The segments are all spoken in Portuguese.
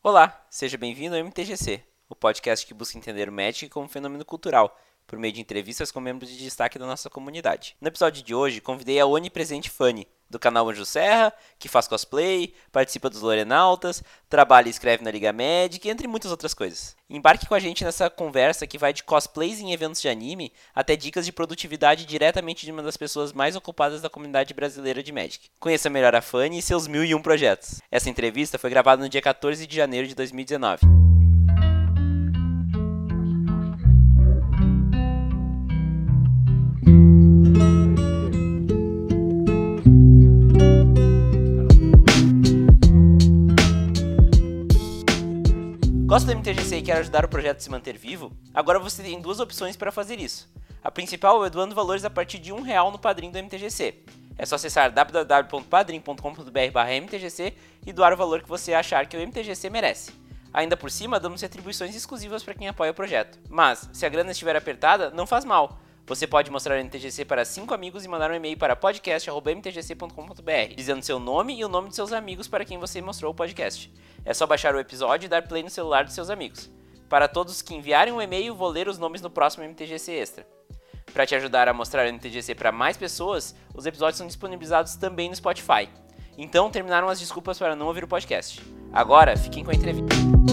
Olá, seja bem-vindo ao MTGC, o podcast que busca entender o Magic como um fenômeno cultural, por meio de entrevistas com membros de destaque da nossa comunidade. No episódio de hoje, convidei a onipresente Fanny, do canal Anjo Serra, que faz cosplay, participa dos Lorenautas, trabalha e escreve na Liga Magic, entre muitas outras coisas. Embarque com a gente nessa conversa que vai de cosplays em eventos de anime até dicas de produtividade diretamente de uma das pessoas mais ocupadas da comunidade brasileira de Magic. Conheça melhor a Fanny e seus 1001 projetos. Essa entrevista foi gravada no dia 14 de janeiro de 2019. Gosta do MTGC e quer ajudar o projeto a se manter vivo? Agora você tem duas opções para fazer isso. A principal é doando valores a partir de R$1 no Padrim do MTGC. É só acessar www.padrim.com.br/mtgc e doar o valor que você achar que o MTGC merece. Ainda por cima, damos retribuições exclusivas para quem apoia o projeto. Mas, se a grana estiver apertada, não faz mal. Você pode mostrar o MTGC para 5 amigos e mandar um e-mail para podcast@mtgc.com.br, dizendo seu nome e o nome de seus amigos para quem você mostrou o podcast. É só baixar o episódio e dar play no celular dos seus amigos. Para todos que enviarem um e-mail, vou ler os nomes no próximo MTGC Extra. Para te ajudar a mostrar o MTGC para mais pessoas, os episódios são disponibilizados também no Spotify. Então, terminaram as desculpas para não ouvir o podcast. Agora, fiquem com a entrevista.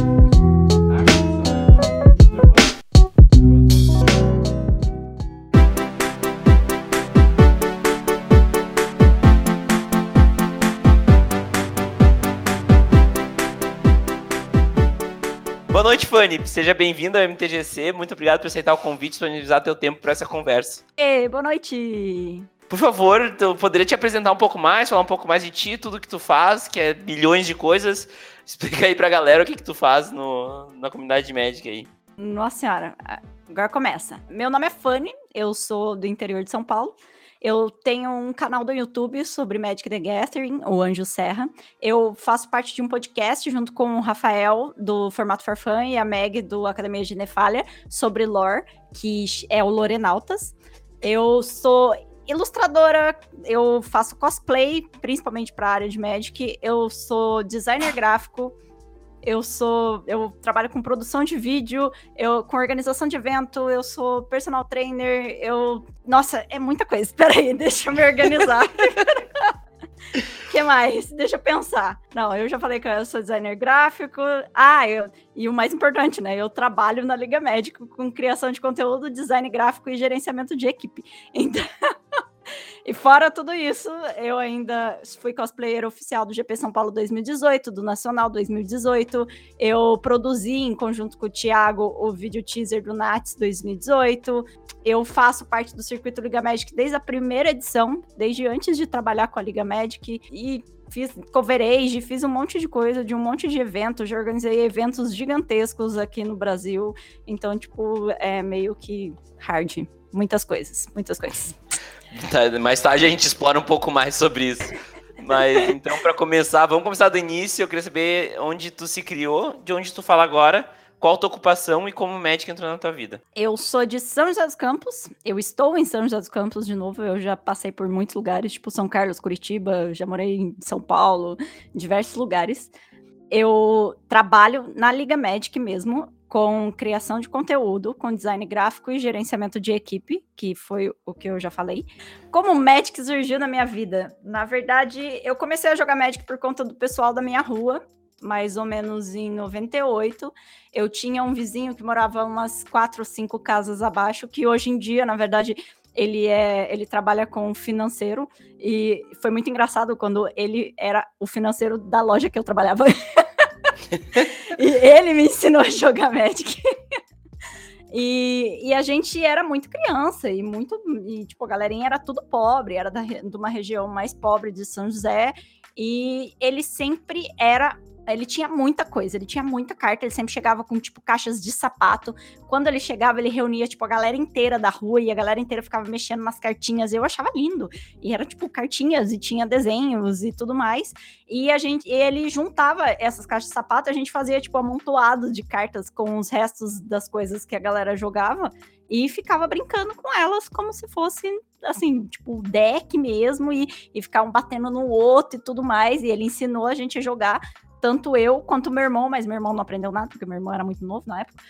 Boa noite, Fanny. Seja bem-vinda ao MTGC. Muito obrigado por aceitar o convite e disponibilizar teu tempo para essa conversa. Ei, boa noite! Por favor, eu poderia te apresentar um pouco mais, falar um pouco mais de ti, tudo que tu faz, que é milhões de coisas. Explica aí pra galera o que tu faz na comunidade de Magic aí. Nossa senhora, agora começa. Meu nome é Fanny, eu sou do interior de São Paulo. Eu tenho um canal do YouTube sobre Magic the Gathering, o Anjo Serra. Eu faço parte de um podcast junto com o Rafael, do Formato for Fun, e a Meg, do Academia de Nefalha, sobre lore, que é o Lorenautas. Eu sou ilustradora, eu faço cosplay, principalmente para a área de Magic. Eu sou designer gráfico. Eu trabalho com produção de vídeo, com organização de evento, eu sou personal trainer, Nossa, é muita coisa. Espera aí, deixa eu me organizar. O que mais? Deixa eu pensar. Não, eu já falei que eu sou designer gráfico. E o mais importante, né? Eu trabalho na Liga Magic com criação de conteúdo, design gráfico e gerenciamento de equipe. Então... E fora tudo isso, eu ainda fui cosplayer oficial do GP São Paulo 2018, do Nacional 2018. Eu produzi, em conjunto com o Thiago, o vídeo teaser do Nats 2018. Eu faço parte do circuito Liga Magic desde a primeira edição, desde antes de trabalhar com a Liga Magic. E fiz coverage, fiz um monte de coisa, de um monte de eventos. Já organizei eventos gigantescos aqui no Brasil. Então, é meio que hard. Muitas coisas. Tá, mais tarde a gente explora um pouco mais sobre isso. Mas então, para começar, vamos começar do início. Eu queria saber onde tu se criou, de onde tu fala agora, qual a tua ocupação e como o Magic entrou na tua vida. Eu sou de São José dos Campos. Eu estou em São José dos Campos de novo. Eu já passei por muitos lugares, tipo São Carlos, Curitiba, já morei em São Paulo, em diversos lugares. Eu trabalho na Liga Magic mesmo, com criação de conteúdo, com design gráfico e gerenciamento de equipe, que foi o que eu já falei. Como o Magic surgiu na minha vida? Na verdade, eu comecei a jogar Magic por conta do pessoal da minha rua, mais ou menos em 98. Eu tinha um vizinho que morava umas 4 ou 5 casas abaixo, que hoje em dia, na verdade, ele trabalha com financeiro, e foi muito engraçado quando ele era o financeiro da loja que eu trabalhava. E ele me ensinou a jogar Magic. E a gente era muito criança, e a galerinha era tudo pobre, era de uma região mais pobre de São José, e ele sempre era Ele tinha muita coisa, ele tinha muita carta, ele sempre chegava com, caixas de sapato. Quando ele chegava, ele reunia, a galera inteira da rua, e a galera inteira ficava mexendo nas cartinhas, e eu achava lindo. E era, cartinhas, e tinha desenhos e tudo mais. E ele juntava essas caixas de sapato, a gente fazia, amontoado de cartas com os restos das coisas que a galera jogava, e ficava brincando com elas como se fosse, assim, deck mesmo, e ficava um batendo no outro e tudo mais, e ele ensinou a gente a jogar tanto eu quanto meu irmão, mas meu irmão não aprendeu nada, porque meu irmão era muito novo na época.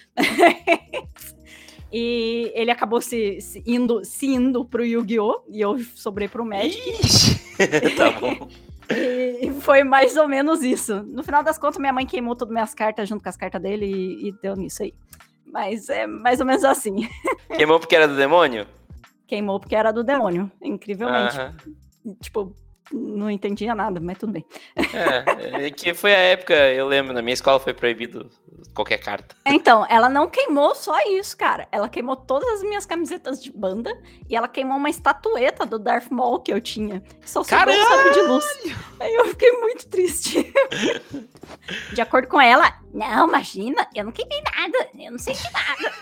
E ele acabou se indo pro Yu-Gi-Oh! E eu sobrei pro Magic. Tá bom. E foi mais ou menos isso. No final das contas, minha mãe queimou todas as minhas cartas junto com as cartas dele e deu nisso aí. Mas é mais ou menos assim. Queimou porque era do demônio? Queimou porque era do demônio, incrivelmente. Aham. Tipo, não entendia nada, mas tudo bem. É que foi a época, eu lembro, na minha escola foi proibido qualquer carta. Então, ela não queimou só isso, cara. Ela queimou todas as minhas camisetas de banda e ela queimou uma estatueta do Darth Maul que eu tinha. Só sobrou um sabre de luz. Aí eu fiquei muito triste. De acordo com ela, não, imagina, eu não queimei nada, eu não sei de nada.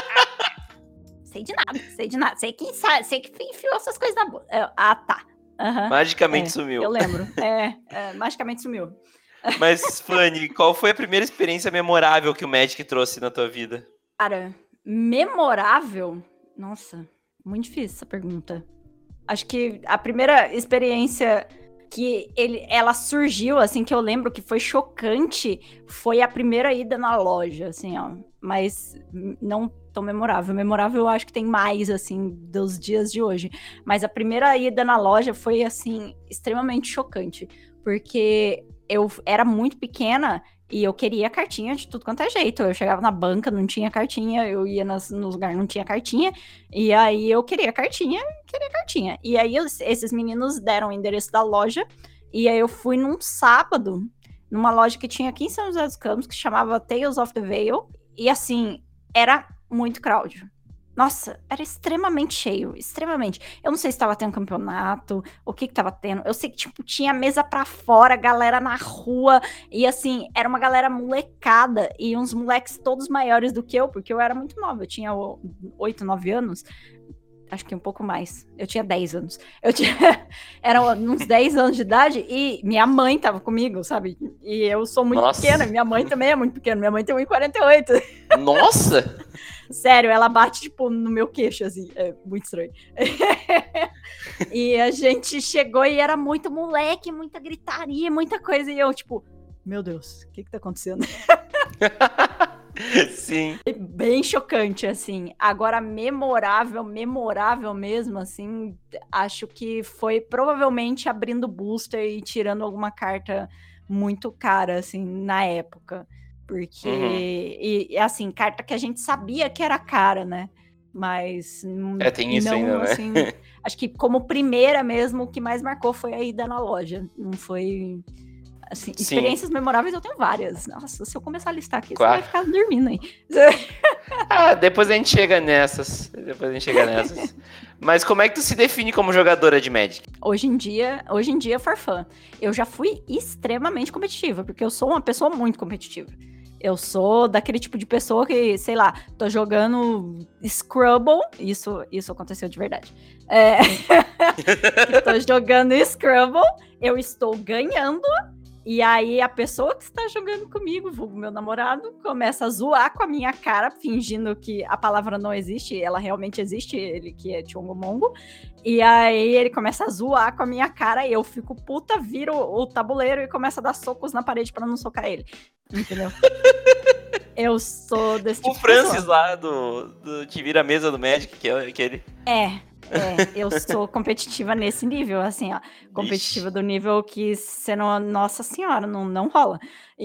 sei de nada. Sei que enfiou essas coisas na boca. Tá. Uhum. Magicamente sumiu. Eu lembro. Magicamente sumiu. Mas, Fanny, qual foi a primeira experiência memorável que o Magic trouxe na tua vida? Cara, memorável? Nossa, muito difícil essa pergunta. Acho que a primeira experiência que ela surgiu, assim, que eu lembro que foi chocante, foi a primeira ida na loja, assim, ó. Mas não tão memorável. Memorável eu acho que tem mais, assim, dos dias de hoje. Mas a primeira ida na loja foi, assim, extremamente chocante. Porque eu era muito pequena e eu queria cartinha de tudo quanto é jeito. Eu chegava na banca, não tinha cartinha. Eu ia nos lugares, não tinha cartinha. E aí eu queria cartinha. E aí esses meninos deram o endereço da loja. E aí eu fui num sábado, numa loja que tinha aqui em São José dos Campos, que chamava Tales of the Veil. E assim, era muito crowd. Nossa, era extremamente cheio, extremamente. Eu não sei se tava tendo campeonato, o que tava tendo. Eu sei que, tipo, tinha mesa pra fora, galera na rua. E, assim, era uma galera molecada. E uns moleques todos maiores do que eu, porque eu era muito nova. Eu tinha 8, 9 anos. Acho que um pouco mais. Eu tinha 10 anos. Era uns 10 anos de idade e minha mãe tava comigo, sabe? E eu sou muito pequena. Minha mãe também é muito pequena. Minha mãe tem 1,48. Nossa! Sério, ela bate, tipo, no meu queixo, assim. É muito estranho. E a gente chegou e era muito moleque, muita gritaria, muita coisa. E eu, tipo, meu Deus, o que tá acontecendo? Sim. Bem chocante, assim. Agora, memorável mesmo, assim, acho que foi provavelmente abrindo booster e tirando alguma carta muito cara, assim, na época. Porque, e assim, carta que a gente sabia que era cara, né? Mas tem isso não, ainda, né? assim, acho que como primeira mesmo, o que mais marcou foi a ida na loja. Não foi... Assim, experiências memoráveis eu tenho várias. Nossa, se eu começar a listar aqui, você vai ficar dormindo aí. Depois a gente chega nessas. Mas como é que tu se define como jogadora de Magic? Hoje em dia, farfã. Eu já fui extremamente competitiva, porque eu sou uma pessoa muito competitiva. Eu sou daquele tipo de pessoa que, sei lá, tô jogando Scrabble. Isso aconteceu de verdade. Tô jogando Scrabble, eu estou ganhando. E aí a pessoa que está jogando comigo, vulgo meu namorado, começa a zoar com a minha cara, fingindo que a palavra não existe, ela realmente existe, ele que é Chongomongo. E aí ele começa a zoar com a minha cara, e eu fico puta, viro o tabuleiro e começo a dar socos na parede para não socar ele. Entendeu? Eu sou desse tipo de pessoa. O Francis lá, do que vira a mesa do Magic, que é aquele... eu sou competitiva nesse nível, assim, ó. Competitiva Ixi. Do nível que, sendo nossa senhora, não rola.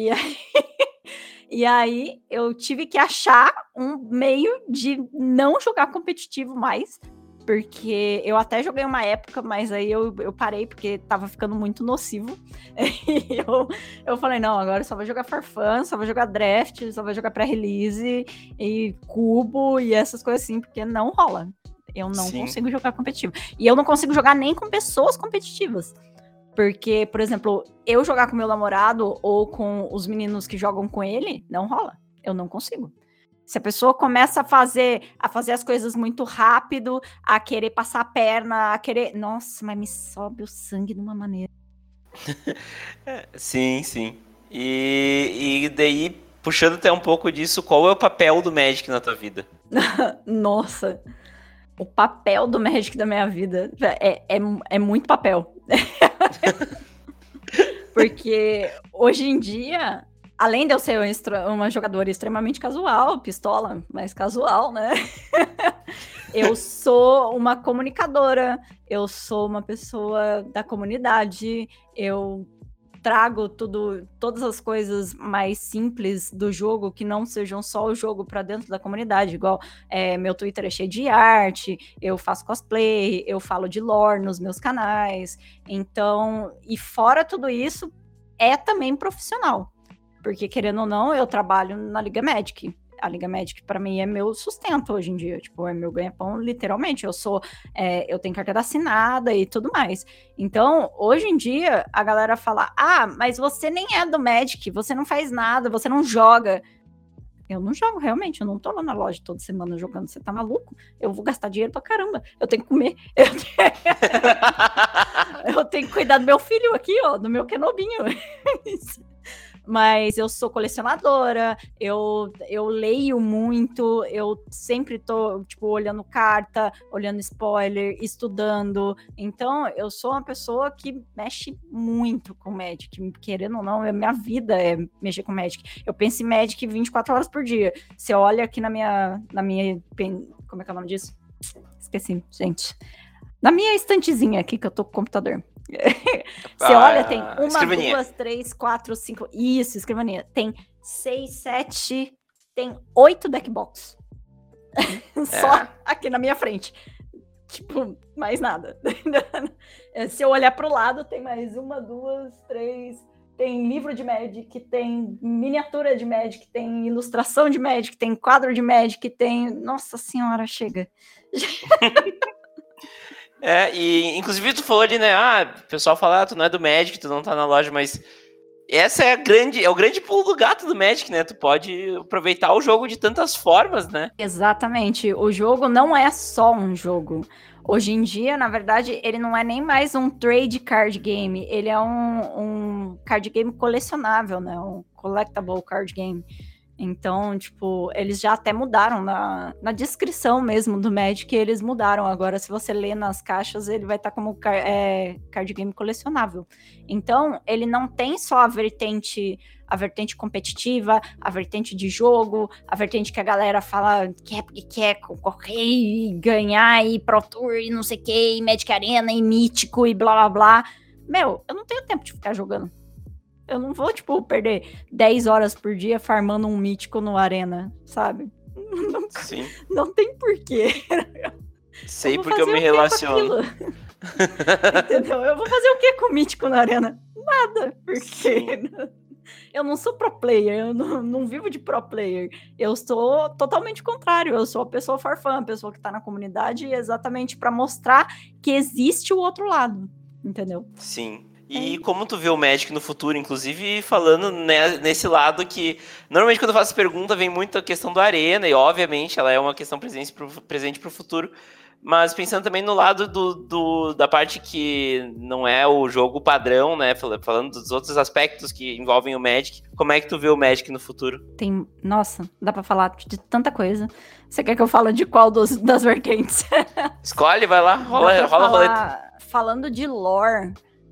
E aí, eu tive que achar um meio de não jogar competitivo mais, porque eu até joguei uma época, mas aí eu parei, porque tava ficando muito nocivo. E eu falei, não, agora eu só vou jogar for fun, só vou jogar draft, só vou jogar pré-release, e cubo, e essas coisas assim, porque não rola. Eu não consigo jogar competitivo. E eu não consigo jogar nem com pessoas competitivas. Porque, por exemplo, eu jogar com meu namorado ou com os meninos que jogam com ele, não rola. Eu não consigo. Se a pessoa começa a fazer as coisas muito rápido, a querer passar a perna, a querer... Nossa, mas me sobe o sangue de uma maneira. Sim. E daí, puxando até um pouco disso, qual é o papel do Magic na tua vida? Nossa... O papel do Magic da minha vida é muito papel. Porque hoje em dia, além de eu ser uma jogadora extremamente casual, pistola, mas casual, né? Eu sou uma comunicadora, eu sou uma pessoa da comunidade, eu trago todas as coisas mais simples do jogo, que não sejam só o jogo para dentro da comunidade, igual meu Twitter é cheio de arte, eu faço cosplay, eu falo de lore nos meus canais, então, e fora tudo isso, é também profissional, porque querendo ou não, eu trabalho na Liga Magic. A Liga Magic, para mim, é meu sustento hoje em dia. Tipo, é meu ganha-pão, literalmente. Eu tenho carteira assinada e tudo mais. Então, hoje em dia, a galera fala, mas você nem é do Magic, você não faz nada, você não joga. Eu não jogo, realmente. Eu não tô lá na loja toda semana jogando. Você tá maluco? Eu vou gastar dinheiro pra caramba. Eu tenho que comer. Eu tenho que cuidar do meu filho aqui, ó, do meu Kenobinho. Mas eu sou colecionadora, eu leio muito, eu sempre tô, tipo, olhando carta, olhando spoiler, estudando. Então, eu sou uma pessoa que mexe muito com Magic. Querendo ou não, a minha vida é mexer com Magic. Eu penso em Magic 24 horas por dia. Você olha aqui na minha como é que é o nome disso? Esqueci, gente. Na minha estantezinha aqui, que eu tô com o computador. Você olha, tem 1, 2, 3, 4, 5. Isso, escrivaninha. Tem 6, 7. Tem 8 deckbox. Só aqui na minha frente. Tipo, mais nada. Se eu olhar pro lado, tem mais 1, 2, 3. Tem livro de Magic, tem miniatura de Magic, tem ilustração de Magic, tem quadro de Magic, tem. Nossa senhora, chega. E inclusive tu falou ali, né? O pessoal fala, tu não é do Magic, tu não tá na loja, mas essa é o grande pulo do gato do Magic, né? Tu pode aproveitar o jogo de tantas formas, né? Exatamente. O jogo não é só um jogo. Hoje em dia, na verdade, ele não é nem mais um trade card game, ele é um card game colecionável, né? Um collectible card game. Então, tipo, eles já até mudaram na descrição mesmo do Magic, eles mudaram. Agora, se você ler nas caixas, ele vai estar como card game colecionável. Então, ele não tem só a vertente competitiva, a vertente de jogo, a vertente que a galera fala que é porque quer concorrer e ganhar, e Pro Tour, e não sei o que, e Magic Arena, e Mítico, e blá blá blá. Meu, eu não tenho tempo de ficar jogando. Eu não vou, tipo, perder 10 horas por dia farmando um mítico no Arena, sabe? Sim. Não tem porquê. Sei porque eu me relaciono. Entendeu? Eu vou fazer o que com o mítico na Arena? Nada, porque eu não sou pro player, eu não vivo de pro player. Eu sou totalmente contrário, eu sou a pessoa farfã, a pessoa que tá na comunidade exatamente para mostrar que existe o outro lado, entendeu? Sim. E como tu vê o Magic no futuro, inclusive falando nesse lado que normalmente quando eu faço pergunta vem muito a questão do Arena, e obviamente ela é uma questão presente pro futuro, mas pensando também no lado da parte que não é o jogo padrão, né, falando dos outros aspectos que envolvem o Magic, como é que tu vê o Magic no futuro? Nossa, dá pra falar de tanta coisa. Você quer que eu fale de qual das vertentes? Escolhe, vai lá, rola a roleta. Falando de lore,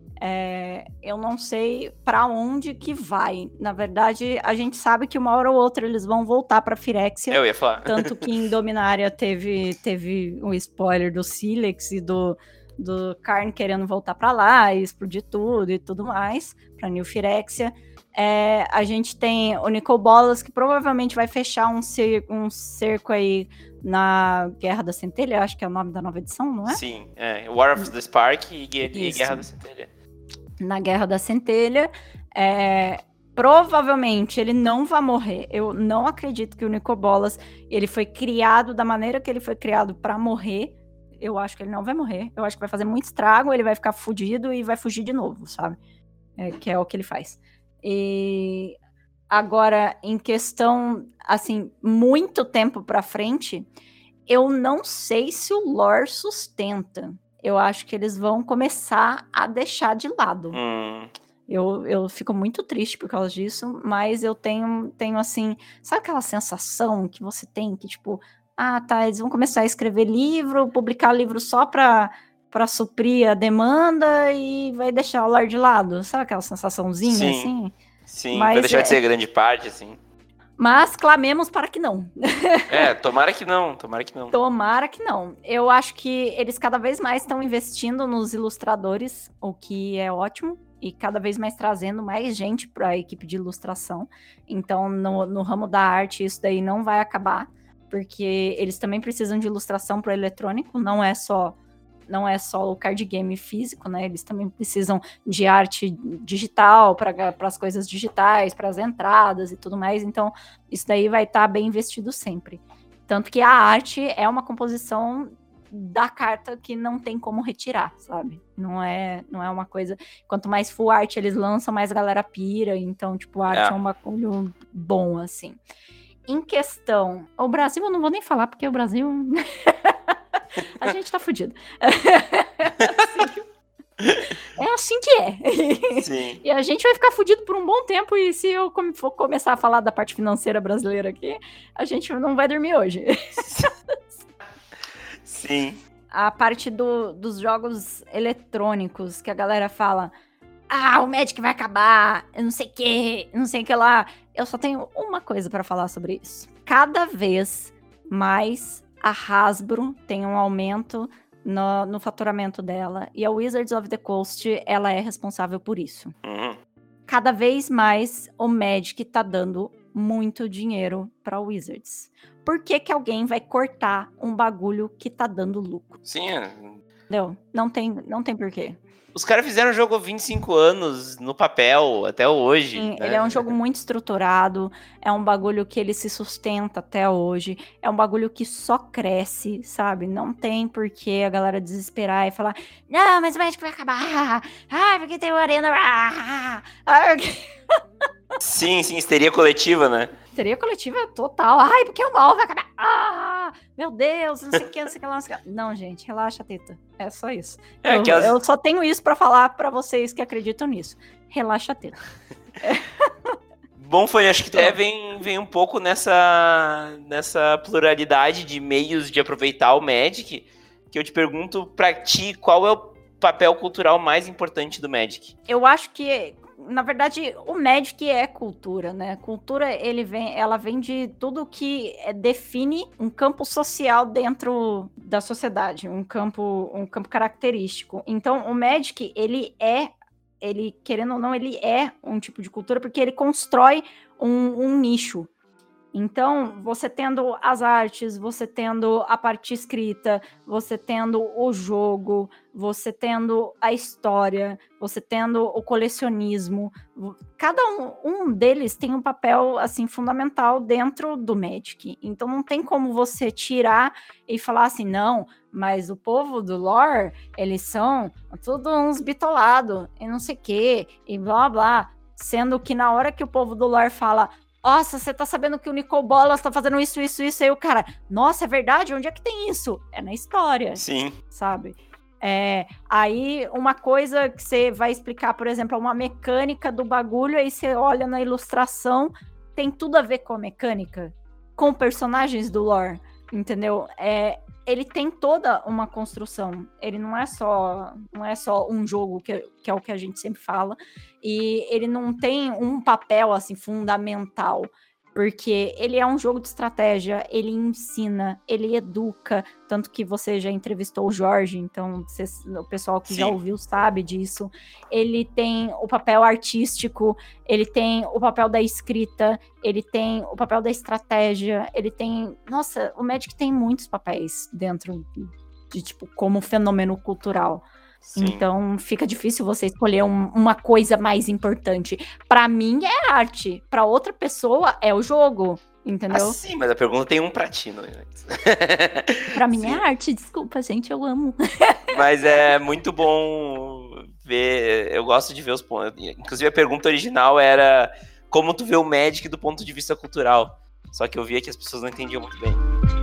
eu não sei para onde que vai. Na verdade, a gente sabe que uma hora ou outra eles vão voltar para Firexia. Eu ia falar. Tanto que em Dominária teve um spoiler do Silex e do Karn querendo voltar para lá e explodir tudo e tudo mais, para New Firexia. A gente tem o Nicol Bolas, que provavelmente vai fechar um cerco aí na Guerra da Centelha, acho que é o nome da nova edição, não é? Sim, War of the Spark e Guerra da Centelha. Na Guerra da Centelha, provavelmente ele não vai morrer. Eu não acredito que o Nicol Bolas, ele foi criado da maneira que ele foi criado para morrer. Eu acho que ele não vai morrer. Eu acho que vai fazer muito estrago, ele vai ficar fudido e vai fugir de novo, sabe? Que é o que ele faz. E agora, em questão, assim, muito tempo para frente, eu não sei se o lore sustenta. Eu acho que eles vão começar a deixar de lado. Eu fico muito triste por causa disso, mas eu tenho assim, sabe aquela sensação que você tem que, tipo, eles vão começar a escrever livro, publicar livro só pra pra suprir a demanda e vai deixar o lar de lado. Sabe aquela sensaçãozinha, Sim. assim? Sim, Mas vai deixar de ser grande parte, assim. Mas clamemos para que não. Tomara que não, tomara que não. Tomara que não. Eu acho que eles cada vez mais estão investindo nos ilustradores, o que é ótimo, e cada vez mais trazendo mais gente para a equipe de ilustração. Então, no ramo da arte, isso daí não vai acabar, porque eles também precisam de ilustração para o eletrônico, não é só o card game físico, né? Eles também precisam de arte digital para as coisas digitais, para as entradas e tudo mais. Então, isso daí vai estar bem investido sempre. Tanto que a arte é uma composição da carta que não tem como retirar, sabe? Não é uma coisa... Quanto mais full art eles lançam, mais a galera pira. Então, tipo, a arte é um bagulho bom, assim. Em questão... O Brasil eu não vou nem falar, porque o Brasil... A gente tá fudido. É assim que é. Sim. E a gente vai ficar fudido por um bom tempo. E se eu for começar a falar da parte financeira brasileira aqui, a gente não vai dormir hoje. Sim. A parte dos jogos eletrônicos, que a galera fala: o Magic vai acabar, eu não sei o que lá. Eu só tenho uma coisa pra falar sobre isso. Cada vez mais a Hasbro tem um aumento no faturamento dela, e a Wizards of the Coast, ela é responsável por isso. Uhum. Cada vez mais o Magic tá dando muito dinheiro pra Wizards. Por que alguém vai cortar um bagulho que tá dando lucro? Sim. Entendeu? Não tem porquê. Os caras fizeram o jogo há 25 anos no papel, até hoje. Sim, né? ele é um jogo muito estruturado, é um bagulho que ele se sustenta até hoje, é um bagulho que só cresce, sabe? Não tem porquê a galera desesperar e falar: não, mas o Magic vai acabar, porque tem o Arena. Sim, histeria coletiva, né? Histeria coletiva total. Porque o mal vai acabar. Meu Deus, não sei o que, não sei o que lá. Não, gente, relaxa, teta. É só isso. Eu só tenho isso pra falar pra vocês que acreditam nisso. Relaxa, teta. Bom, foi, acho que vem um pouco nessa pluralidade de meios de aproveitar o Magic, que eu te pergunto pra ti, qual é o papel cultural mais importante do Magic? Eu acho que, na verdade, o Magic é cultura, né? Cultura, ela vem de tudo que define um campo social dentro da sociedade, um campo característico. Então, o Magic, ele, querendo ou não, ele é um tipo de cultura porque ele constrói um nicho. Então, você tendo as artes, você tendo a parte escrita, você tendo o jogo, você tendo a história, você tendo o colecionismo, cada um deles tem um papel, assim, fundamental dentro do Magic. Então, não tem como você tirar e falar assim: não, mas o povo do lore, eles são tudo uns bitolados, e não sei o quê, e blá, blá. Sendo que na hora que o povo do lore fala: nossa, você tá sabendo que o Nicol Bolas tá fazendo isso, aí o cara: nossa, é verdade? Onde é que tem isso? É na história. Sim. Sabe? Aí, uma coisa que você vai explicar, por exemplo, uma mecânica do bagulho, aí você olha na ilustração, tem tudo a ver com a mecânica, com personagens do lore, entendeu? Ele tem toda uma construção. Ele não é só um jogo, que é o que a gente sempre fala. E ele não tem um papel, assim, fundamental. Porque ele é um jogo de estratégia, ele ensina, ele educa. Tanto que você já entrevistou o Jorge, então o pessoal que já ouviu sabe disso. Ele tem o papel artístico, ele tem o papel da escrita, ele tem o papel da estratégia, ele tem... Nossa, o Magic tem muitos papéis dentro de, tipo, como fenômeno cultural. Sim. Então, fica difícil você escolher uma coisa mais importante. Pra mim, é arte. Pra outra pessoa, é o jogo. Entendeu? Sim, mas a pergunta tem um pra ti, não é? Pra mim é arte, desculpa, gente, eu amo. Mas é muito bom ver... Eu gosto de ver os pontos. Inclusive, a pergunta original era como tu vê o Magic do ponto de vista cultural. Só que eu via que as pessoas não entendiam muito bem.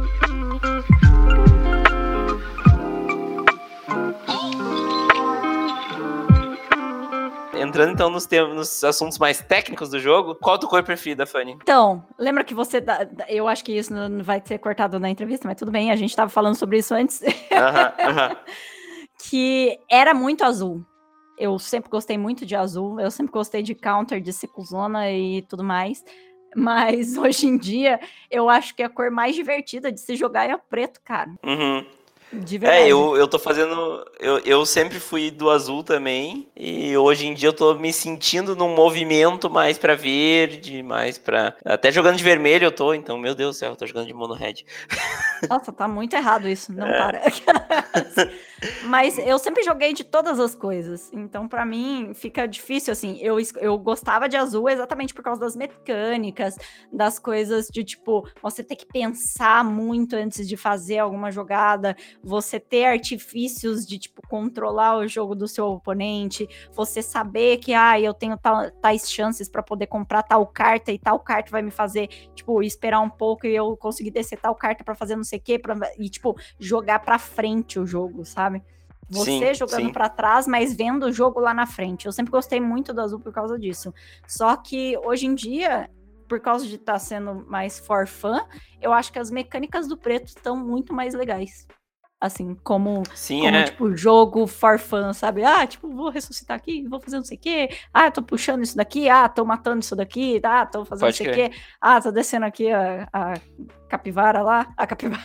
Entrando então nos assuntos mais técnicos do jogo, qual a tua cor preferida, Fanny? Então, lembra que você... Eu acho que isso não vai ser cortado na entrevista, mas tudo bem, a gente tava falando sobre isso antes. que era muito azul. Eu sempre gostei muito de azul, eu sempre gostei de counter, de ciclozona e tudo mais. Mas hoje em dia, eu acho que a cor mais divertida de se jogar é o preto, cara. Uhum. De verdade. Eu tô fazendo. Eu sempre fui do azul também. E hoje em dia eu tô me sentindo num movimento mais pra verde, mais pra. Até jogando de vermelho eu tô, então, meu Deus do céu, eu tô jogando de mono red. Nossa, tá muito errado isso, não para. Mas eu sempre joguei de todas as coisas, então pra mim fica difícil, assim, eu gostava de azul exatamente por causa das mecânicas, das coisas de, tipo, você ter que pensar muito antes de fazer alguma jogada, você ter artifícios de, tipo, controlar o jogo do seu oponente, você saber que, eu tenho tais chances pra poder comprar tal carta e tal carta vai me fazer, tipo, esperar um pouco e eu conseguir descer tal carta pra fazer não sei o quê, e, tipo, jogar pra frente o jogo, sabe? Você jogando pra trás, mas vendo o jogo lá na frente. Eu sempre gostei muito do azul por causa disso. Só que hoje em dia, por causa de estar sendo mais for fun, eu acho que as mecânicas do preto estão muito mais legais. Assim, como tipo, jogo for fun, sabe? Tipo, vou ressuscitar aqui, vou fazer não sei o quê. Tô puxando isso daqui. Tô matando isso daqui. Tô fazendo não sei o quê. Tô descendo aqui a capivara lá. A capivara.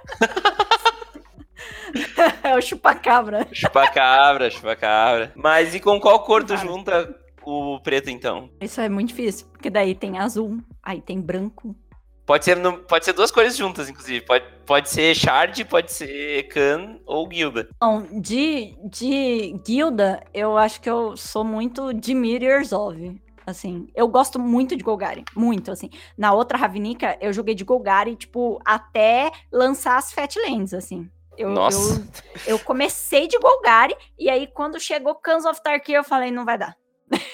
É o chupacabra. Chupacabra. Mas e com qual cor tu junta o preto, então? Isso é muito difícil, porque daí tem azul, aí tem branco. Pode ser duas cores juntas, inclusive. Pode ser Shard, pode ser Khan ou Guilda. Bom, de Guilda, eu acho que eu sou muito de Mirror Resolve. Assim, eu gosto muito de Golgari, muito, assim. Na outra Ravnica, eu joguei de Golgari, tipo, até lançar as Fatlands, assim. Eu comecei de Golgari, e aí quando chegou Khans of Tarkir, eu falei, não vai dar.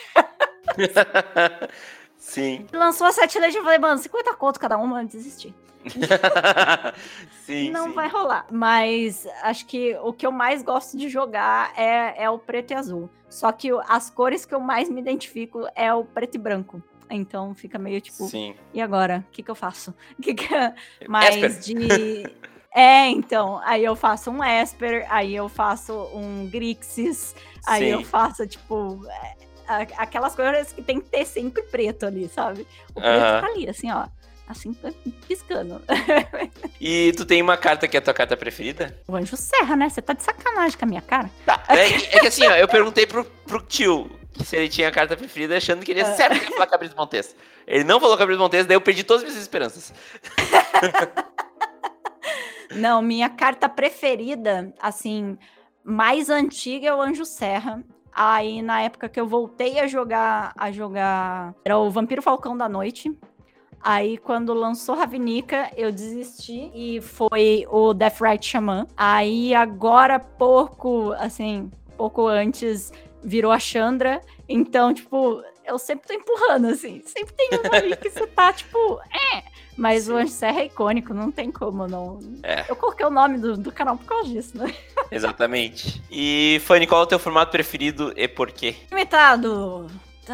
Sim. Lançou a 7 Legends, eu falei, mano, 50 conto cada uma, eu desisti. Não vai rolar. Mas acho que o que eu mais gosto de jogar é o preto e azul. Só que as cores que eu mais me identifico é o preto e branco. Então fica meio tipo, e agora? O que eu faço? Mais de... então, aí eu faço um Esper, aí eu faço um Grixis, aí eu faço, tipo... aquelas coisas que tem que ter sempre preto ali, sabe? O preto tá ali, assim, ó. Assim, piscando. E tu tem uma carta que é a tua carta preferida? O Anjo Serra, né? Você tá de sacanagem com a minha cara? Tá, é que assim, ó, eu perguntei pro tio se ele tinha a carta preferida, achando que ele ia certo que ia falar Cabrito Montes. Ele não falou Cabrito Montes, daí eu perdi todas as minhas esperanças. Não, minha carta preferida, assim, mais antiga é o Anjo Serra. Aí, na época que eu voltei a jogar, era o Vampiro Falcão da Noite. Aí, quando lançou Ravnica, eu desisti e foi o Deathrite Shaman. Aí, agora, pouco antes, virou a Chandra. Então, tipo, eu sempre tô empurrando, assim. Sempre tem uma ali que você tá, tipo, Mas o Anjo Serra é icônico, não tem como, não. Eu coloquei o nome do canal por causa disso, né? Exatamente. E, Fanny, qual é o teu formato preferido e por quê? Limitado!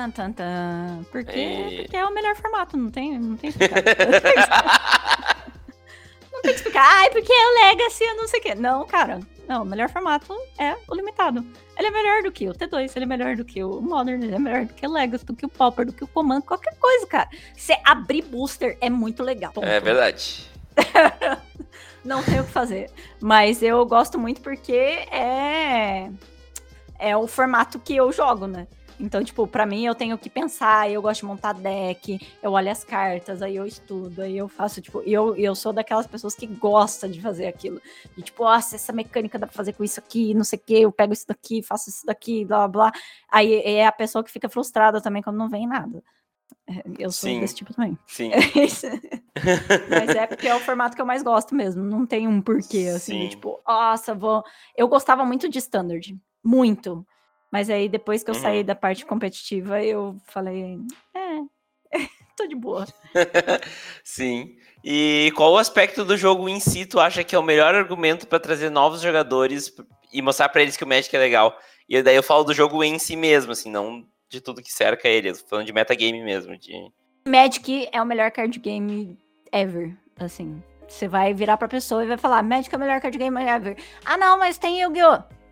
Porque é o melhor formato, não tem explicar. Não tem que explicar, porque é o Legacy, eu não sei o quê. Não, cara, não, o melhor formato é o limitado. Ele é melhor do que o T2, ele é melhor do que o Modern, ele é melhor do que o Legacy, do que o Pauper, do que o Command, qualquer coisa, cara. Você abrir booster é muito legal. Ponto. É verdade. Não tem o que fazer. Mas eu gosto muito porque é o formato que eu jogo, né? Então, tipo, pra mim eu tenho que pensar, eu gosto de montar deck, eu olho as cartas, aí eu estudo, aí eu faço, tipo, eu sou daquelas pessoas que gosta de fazer aquilo. E tipo, nossa, essa mecânica dá pra fazer com isso aqui, não sei o que, eu pego isso daqui, faço isso daqui, blá, blá. Aí é a pessoa que fica frustrada também quando não vem nada. Eu sou desse tipo também. Sim. Mas é porque é o formato que eu mais gosto mesmo, não tem um porquê, assim, de, tipo, nossa, eu gostava muito de Standard, muito. Mas aí, depois que eu saí da parte competitiva, eu falei, tô de boa. Sim. E qual o aspecto do jogo em si tu acha que é o melhor argumento pra trazer novos jogadores e mostrar pra eles que o Magic é legal? E daí eu falo do jogo em si mesmo, assim, não de tudo que cerca ele, eu tô falando de metagame mesmo. Magic é o melhor card game ever, assim. Você vai virar pra pessoa e vai falar, Magic é o melhor card game ever. Ah, não, mas tem Yu-Gi-Oh!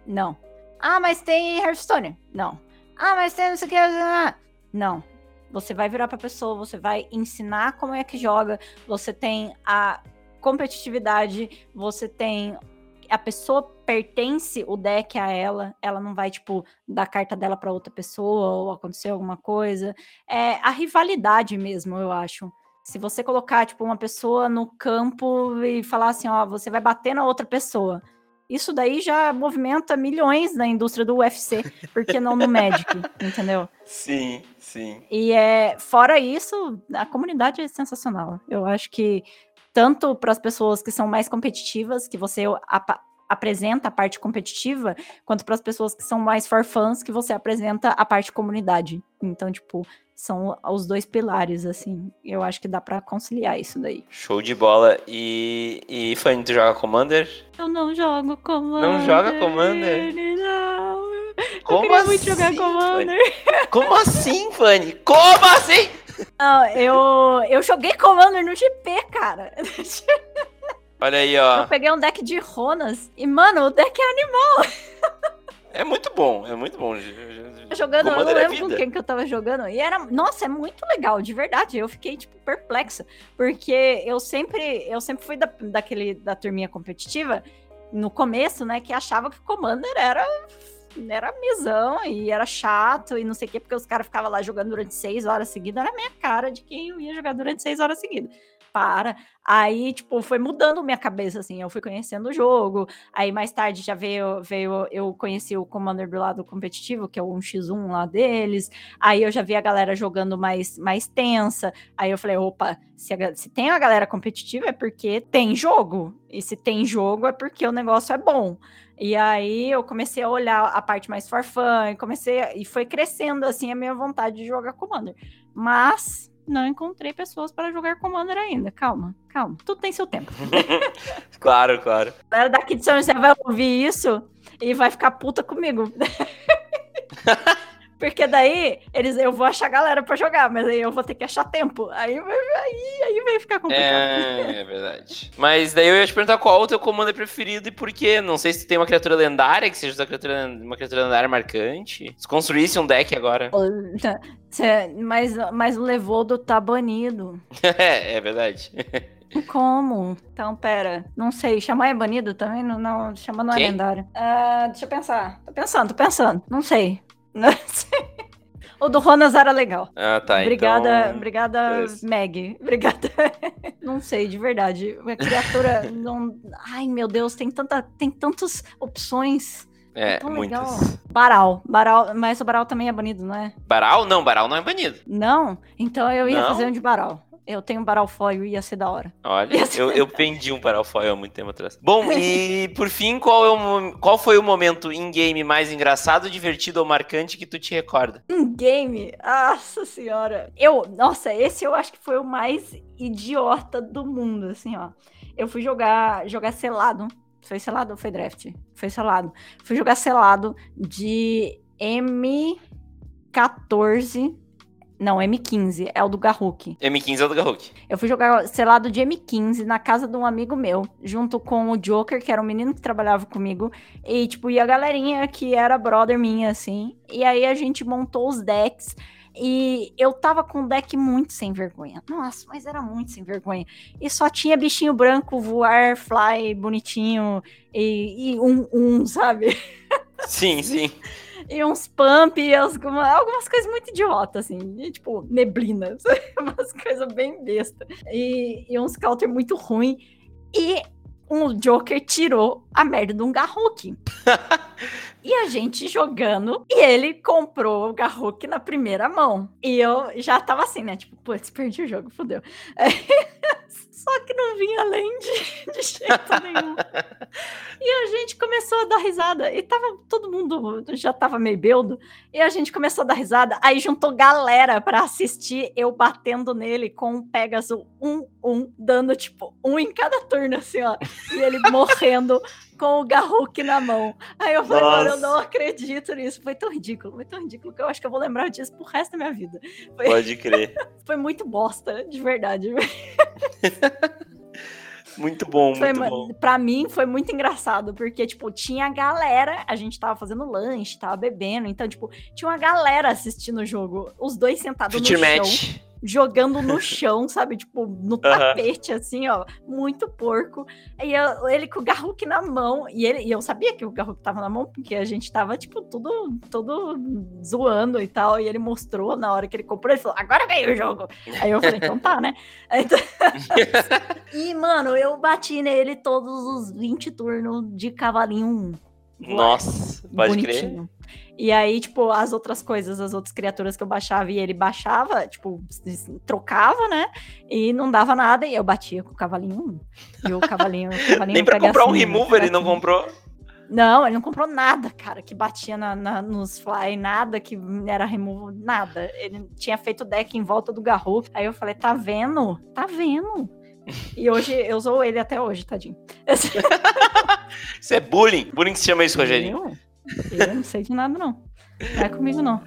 Não. Ah, mas tem Hearthstone? Não. Ah, mas tem não sei o que. Não. Você vai virar pra pessoa, você vai ensinar como é que joga, você tem a competitividade, você tem... A pessoa pertence o deck a ela não vai, tipo, dar a carta dela pra outra pessoa ou acontecer alguma coisa. É a rivalidade mesmo, eu acho. Se você colocar, tipo, uma pessoa no campo e falar assim, ó, você vai bater na outra pessoa, isso daí já movimenta milhões na indústria do UFC, por que não no Magic, entendeu? Sim. E fora isso, a comunidade é sensacional. Eu acho que tanto para as pessoas que são mais competitivas, que você apresenta a parte competitiva, quanto para as pessoas que são mais for fãs, que você apresenta a parte comunidade. Então, tipo, são os dois pilares, assim. Eu acho que dá para conciliar isso daí. Show de bola. E Fanny, tu joga Commander? Eu não jogo Commander. Não joga Commander? Não. Como eu queria assim, muito jogar Commander. Fanny? Como assim, Fanny? Como assim? Não, eu joguei Commander no GP, cara. Olha aí, ó. Eu peguei um deck de Ronas e, mano, o deck é animal. É muito bom. Jogando, eu não Commander é lembro com vida. quem que eu tava jogando. E era, nossa, é muito legal, de verdade. Eu fiquei, tipo, perplexa. Porque eu sempre fui da turminha competitiva, no começo, né, que achava que o Commander era mesão e era chato e não sei o quê, porque os caras ficavam lá jogando durante 6 horas seguidas. Era a minha cara de quem eu ia jogar durante 6 horas seguidas. Aí, tipo, foi mudando minha cabeça, assim, eu fui conhecendo o jogo, aí mais tarde já eu conheci o Commander do lado competitivo, que é o 1x1 lá deles, aí eu já vi a galera jogando mais tensa, aí eu falei, opa, se tem a galera competitiva é porque tem jogo, e se tem jogo é porque o negócio é bom. E aí eu comecei a olhar a parte mais for fun, e foi crescendo, assim, a minha vontade de jogar Commander. Mas não encontrei pessoas para jogar Commander ainda. Calma. Tudo tem seu tempo. Claro. A galera daqui de São José vai ouvir isso e vai ficar puta comigo. Porque daí eu vou achar galera pra jogar, mas aí eu vou ter que achar tempo. Aí vai ficar complicado. É verdade. Mas daí eu ia te perguntar qual o teu Commander preferido e por quê. Não sei se tu tem uma criatura lendária, que seja uma criatura lendária marcante. Se construísse um deck agora. Mas o Levoldo tá banido. É verdade. Como? Então, pera. Não sei. Chamar é banido também? Não, chamar não é lendário. Deixa eu pensar. Tô pensando. Não sei. O do Ronas era legal. Ah, tá. Obrigada, Beleza. Meg. Obrigada. Não sei, de verdade. A criatura não... Ai, meu Deus, tem tantas opções. É, tão muitas. legal. Baral, mas o Baral também é banido, não é? Baral? Não, Baral não é banido. Não? Então eu ia Não? fazer um de Baral. Eu tenho um Baral foil, ia ser da hora. Olha, eu vendi um Baral foil há muito tempo atrás. Bom, e por fim, qual foi o momento in-game mais engraçado, divertido ou marcante que tu te recorda? In-game? Nossa senhora. Nossa, esse eu acho que foi o mais idiota do mundo, assim, ó. Eu fui jogar selado. Foi selado ou foi draft? Foi selado. Fui jogar selado de M14... Não, M15, é o do Garruk. M15 é o do Garruk. Eu fui jogar selado de M15 na casa de um amigo meu, junto com o Joker, que era um menino que trabalhava comigo, e, tipo, e a galerinha que era brother minha, assim. E aí a gente montou os decks, e eu tava com um deck muito sem vergonha. Nossa, mas era muito sem vergonha. E só tinha bichinho branco, voar, fly, bonitinho, e sabe? Sim. E uns pump, e algumas coisas muito idiotas, assim, e, tipo, neblinas, umas coisas bem besta. E uns counter muito ruim. E um Joker tirou a merda de um Garruk. E a gente jogando, e ele comprou o Garruk na primeira mão. E eu já tava assim, né, tipo, putz, perdi o jogo, fodeu. Só que não vinha além de jeito nenhum. E a gente começou a dar risada. E tava todo mundo, já tava meio bêbado. E a gente começou a dar risada. Aí juntou galera pra assistir eu batendo nele com um Pegasus 1-1, dando tipo 1 em cada turno, assim, ó. E ele morrendo com o Garruk na mão. Aí eu falei, mano, eu não acredito nisso. Foi tão ridículo que eu acho que eu vou lembrar disso pro resto da minha vida. Pode crer. Foi muito bosta, de verdade. Muito bom, muito bom. Pra mim foi muito engraçado, porque, tipo, tinha galera, a gente tava fazendo lanche, tava bebendo, então, tipo, tinha uma galera assistindo o jogo, os dois sentados no chão, match. Jogando no chão, sabe, tipo, no tapete, assim, ó, muito porco, e ele com o Garruk na mão, e eu sabia que o Garruk tava na mão, porque a gente tava, tipo, todo zoando e tal, e ele mostrou na hora que ele comprou, ele falou, agora veio o jogo, aí eu falei, então tá, né, então... E, mano, eu bati nele todos os 20 turnos de cavalinho 1. Nossa, pode bonitinho. crer. E aí, tipo, as outras coisas, as outras criaturas que eu baixava e ele baixava, tipo, trocava, né? E não dava nada e eu batia com o cavalinho 1. E o cavalinho Nem pra comprar um remover ele não comprou? Não, ele não comprou nada, cara, que batia nos fly, nada que era removal, nada. Ele tinha feito deck em volta do Garruk. Aí eu falei, tá vendo? Tá vendo? E hoje, eu sou ele até hoje, tadinho. Isso é bullying. Bullying que se chama isso, Rogerinho. Eu não sei de nada, não. Não é comigo, não.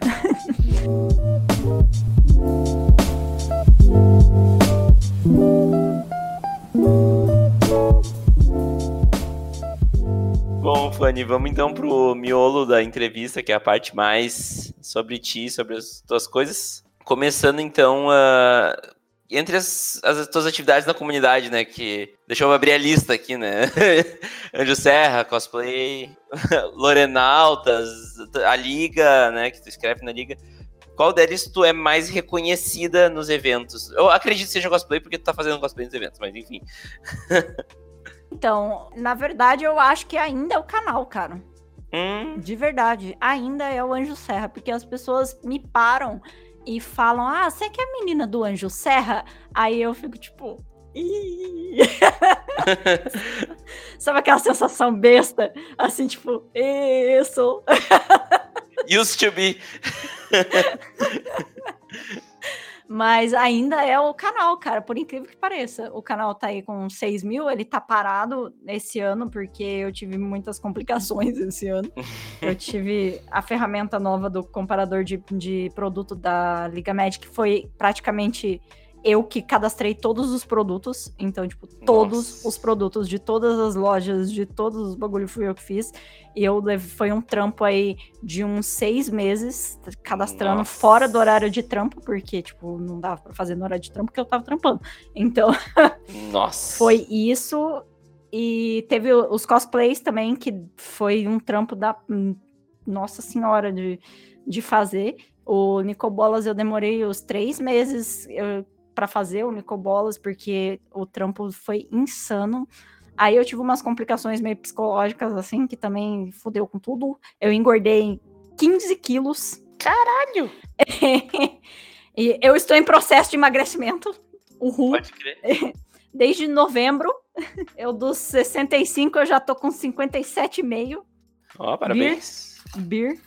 Bom, Fanny, vamos então pro miolo da entrevista, que é a parte mais sobre ti, sobre as tuas coisas. Começando então, entre as tuas atividades na comunidade, né, que... Deixa eu abrir a lista aqui, né? Anjo Serra, cosplay, Lorenautas, a Liga, né, que tu escreve na Liga. Qual deles tu é mais reconhecida nos eventos? Eu acredito que seja cosplay, porque tu tá fazendo cosplay nos eventos, mas enfim. Então, na verdade, eu acho que ainda é o canal, cara. De verdade, ainda é o Anjo Serra, porque as pessoas me param e falam, você que é a menina do Anjo Serra? Aí eu fico tipo... Sabe aquela sensação besta? Assim, tipo, isso. Used to be. Mas ainda é o canal, cara, por incrível que pareça. O canal tá aí com 6 mil, ele tá parado esse ano, porque eu tive muitas complicações esse ano. Eu tive a ferramenta nova do comparador de produto da Liga Magic, foi praticamente eu que cadastrei todos os produtos. Então, tipo, todos os produtos de todas as lojas, de todos os bagulho fui eu que fiz. E foi um trampo aí de uns 6 meses cadastrando fora do horário de trampo, porque, tipo, não dava pra fazer no horário de trampo porque eu tava trampando. Então, foi isso. E teve os cosplays também, que foi um trampo da Nossa Senhora de fazer. O Nicobolas eu demorei os 3 meses pra fazer o Nicobolas, porque o trampo foi insano. Aí eu tive umas complicações meio psicológicas, assim, que também fudeu com tudo. Eu engordei 15 quilos. Caralho! E eu estou em processo de emagrecimento. Uhul. Pode crer. Desde novembro. Eu dos 65, eu já tô com 57,5. Parabéns. Beer.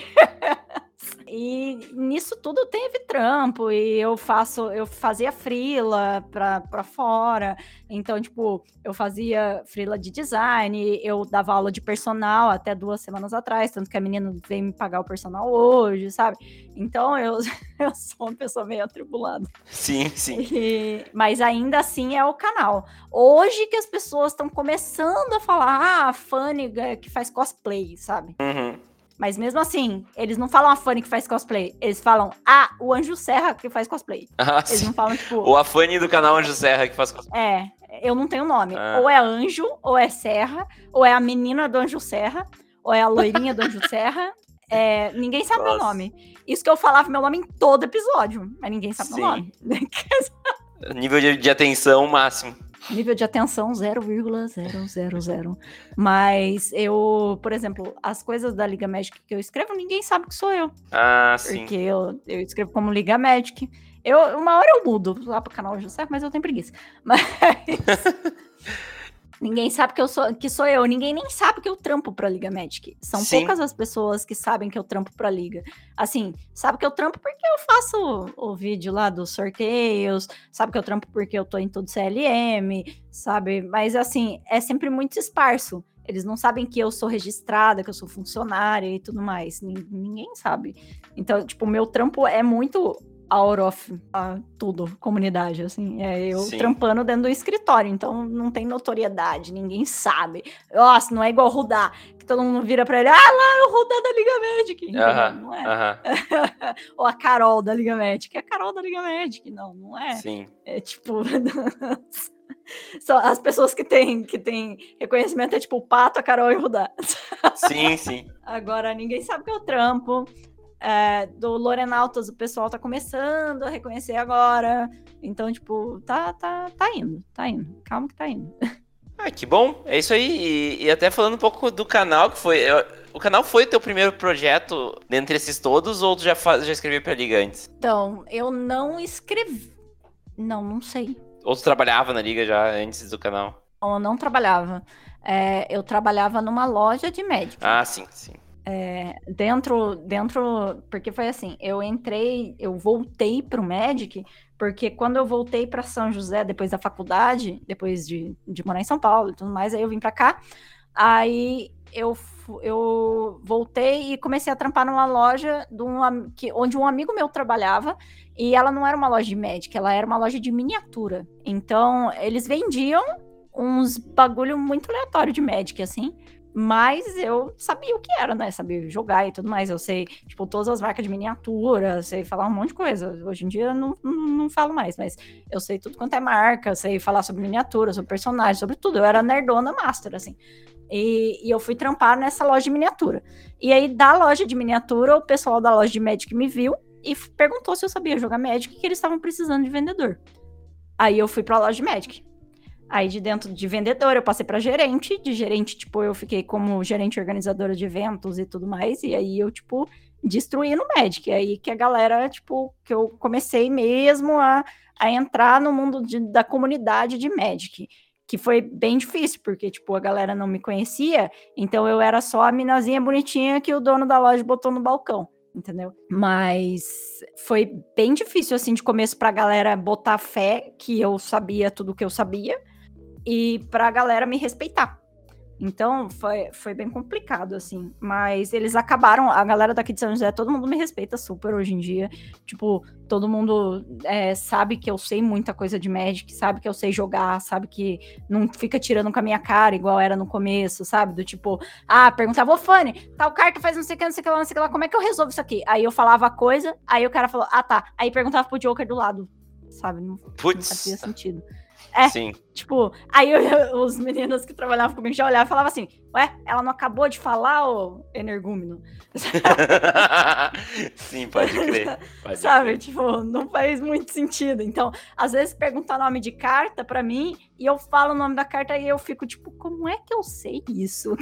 E nisso tudo teve trampo, e eu fazia freela pra fora, então, tipo, eu fazia freela de design, eu dava aula de personal até 2 semanas atrás, tanto que a menina veio me pagar o personal hoje, sabe? Então, eu sou uma pessoa meio atribulada. Sim. Mas ainda assim é o canal. Hoje que as pessoas estão começando a falar, a Fanny que faz cosplay, sabe? Mas mesmo assim, eles não falam a Fanny que faz cosplay. Eles falam, o Anjo Serra que faz cosplay. Eles não falam, tipo... Ou a Fanny do canal Anjo Serra que faz cosplay. Eu não tenho nome. Ou é Anjo, ou é Serra, ou é a menina do Anjo Serra, ou é a loirinha do Anjo Serra. Ninguém sabe meu nome. Isso que eu falava meu nome em todo episódio, mas ninguém sabe meu nome. Nível de atenção máximo. Nível de atenção 0,000. Mas eu, por exemplo, as coisas da Liga Magic que eu escrevo, ninguém sabe que sou eu. Sim. Porque eu escrevo como Liga Magic. Uma hora eu mudo lá pro canal José, mas eu tenho preguiça. Mas ninguém sabe que sou eu. Ninguém nem sabe que eu trampo pra Liga Magic. São poucas as pessoas que sabem que eu trampo pra Liga. Assim, sabe que eu trampo porque eu faço o vídeo lá dos sorteios, sabe que eu trampo porque eu tô em todo CLM, sabe? Mas assim, é sempre muito esparso. Eles não sabem que eu sou registrada, que eu sou funcionária e tudo mais. Ninguém sabe. Então, tipo, o meu trampo é muito out of tudo, comunidade, assim. Eu Sim. trampando dentro do escritório, então não tem notoriedade, ninguém sabe. Nossa, não é igual o Rudá, que todo mundo vira pra ele, lá é o Rudá da Liga Magic, entendeu? Não é. Ou a Carol da Liga Magic, é a Carol da Liga Magic, não é. Sim. É tipo... Só as pessoas que têm reconhecimento é tipo o Pato, a Carol e o Rudá. Sim. Agora, ninguém sabe que é o trampo. Do Lorenautas, o pessoal tá começando a reconhecer agora. Então, tipo, tá indo. Calma que tá indo. Que bom. É isso aí. E até falando um pouco do canal, que foi... O canal foi o teu primeiro projeto dentre esses todos, ou tu já escreveu pra Liga antes? Então, eu não escrevi. Não sei. Ou tu trabalhava na Liga já antes do canal? Eu não trabalhava. Eu trabalhava numa loja de Magic. Sim. Dentro, porque foi assim, eu voltei pro Magic, porque quando eu voltei para São José, depois da faculdade, depois de morar em São Paulo e tudo mais, aí eu vim para cá, aí eu voltei e comecei a trampar numa loja onde um amigo meu trabalhava, e ela não era uma loja de Magic, ela era uma loja de miniatura, então eles vendiam uns bagulho muito aleatório de Magic, assim, mas eu sabia o que era, né? Sabia jogar e tudo mais. Eu sei, tipo, todas as marcas de miniatura, sei falar um monte de coisa. Hoje em dia eu não falo mais, mas eu sei tudo quanto é marca, sei falar sobre miniatura, sobre personagem, sobre tudo. Eu era nerdona master, assim. E eu fui trampar nessa loja de miniatura. E aí, da loja de miniatura, o pessoal da loja de Magic me viu e perguntou se eu sabia jogar Magic e que eles estavam precisando de vendedor. Aí eu fui pra loja de Magic. Aí de dentro de vendedor eu passei para gerente, de gerente, tipo, eu fiquei como gerente organizadora de eventos e tudo mais, e aí eu, tipo, destruí no Magic, e aí que a galera, tipo, que eu comecei mesmo a entrar no mundo da comunidade de Magic, que foi bem difícil, porque, tipo, a galera não me conhecia, então eu era só a minazinha bonitinha que o dono da loja botou no balcão, entendeu? Mas foi bem difícil, assim, de começo pra galera botar fé que eu sabia tudo o que eu sabia, e pra galera me respeitar. Então, foi bem complicado, assim. Mas eles acabaram... A galera daqui de São José, todo mundo me respeita super hoje em dia. Tipo, todo mundo sabe que eu sei muita coisa de Magic, sabe que eu sei jogar, sabe que não fica tirando com a minha cara, igual era no começo, sabe? Do tipo, perguntava, ô Fanny, tal carta faz não sei o que, não sei o que lá, não sei o que lá, como é que eu resolvo isso aqui? Aí eu falava a coisa, aí o cara falou, tá. Aí perguntava pro Joker do lado, sabe? Não fazia sentido. Sim. Tipo, aí os meninos que trabalhavam comigo já olhavam e falavam assim, ué, ela não acabou de falar, ô energúmeno? Sim, pode crer. Sabe, tipo, não faz muito sentido. Então, às vezes perguntam nome de carta pra mim e eu falo o nome da carta e eu fico tipo, como é que eu sei isso?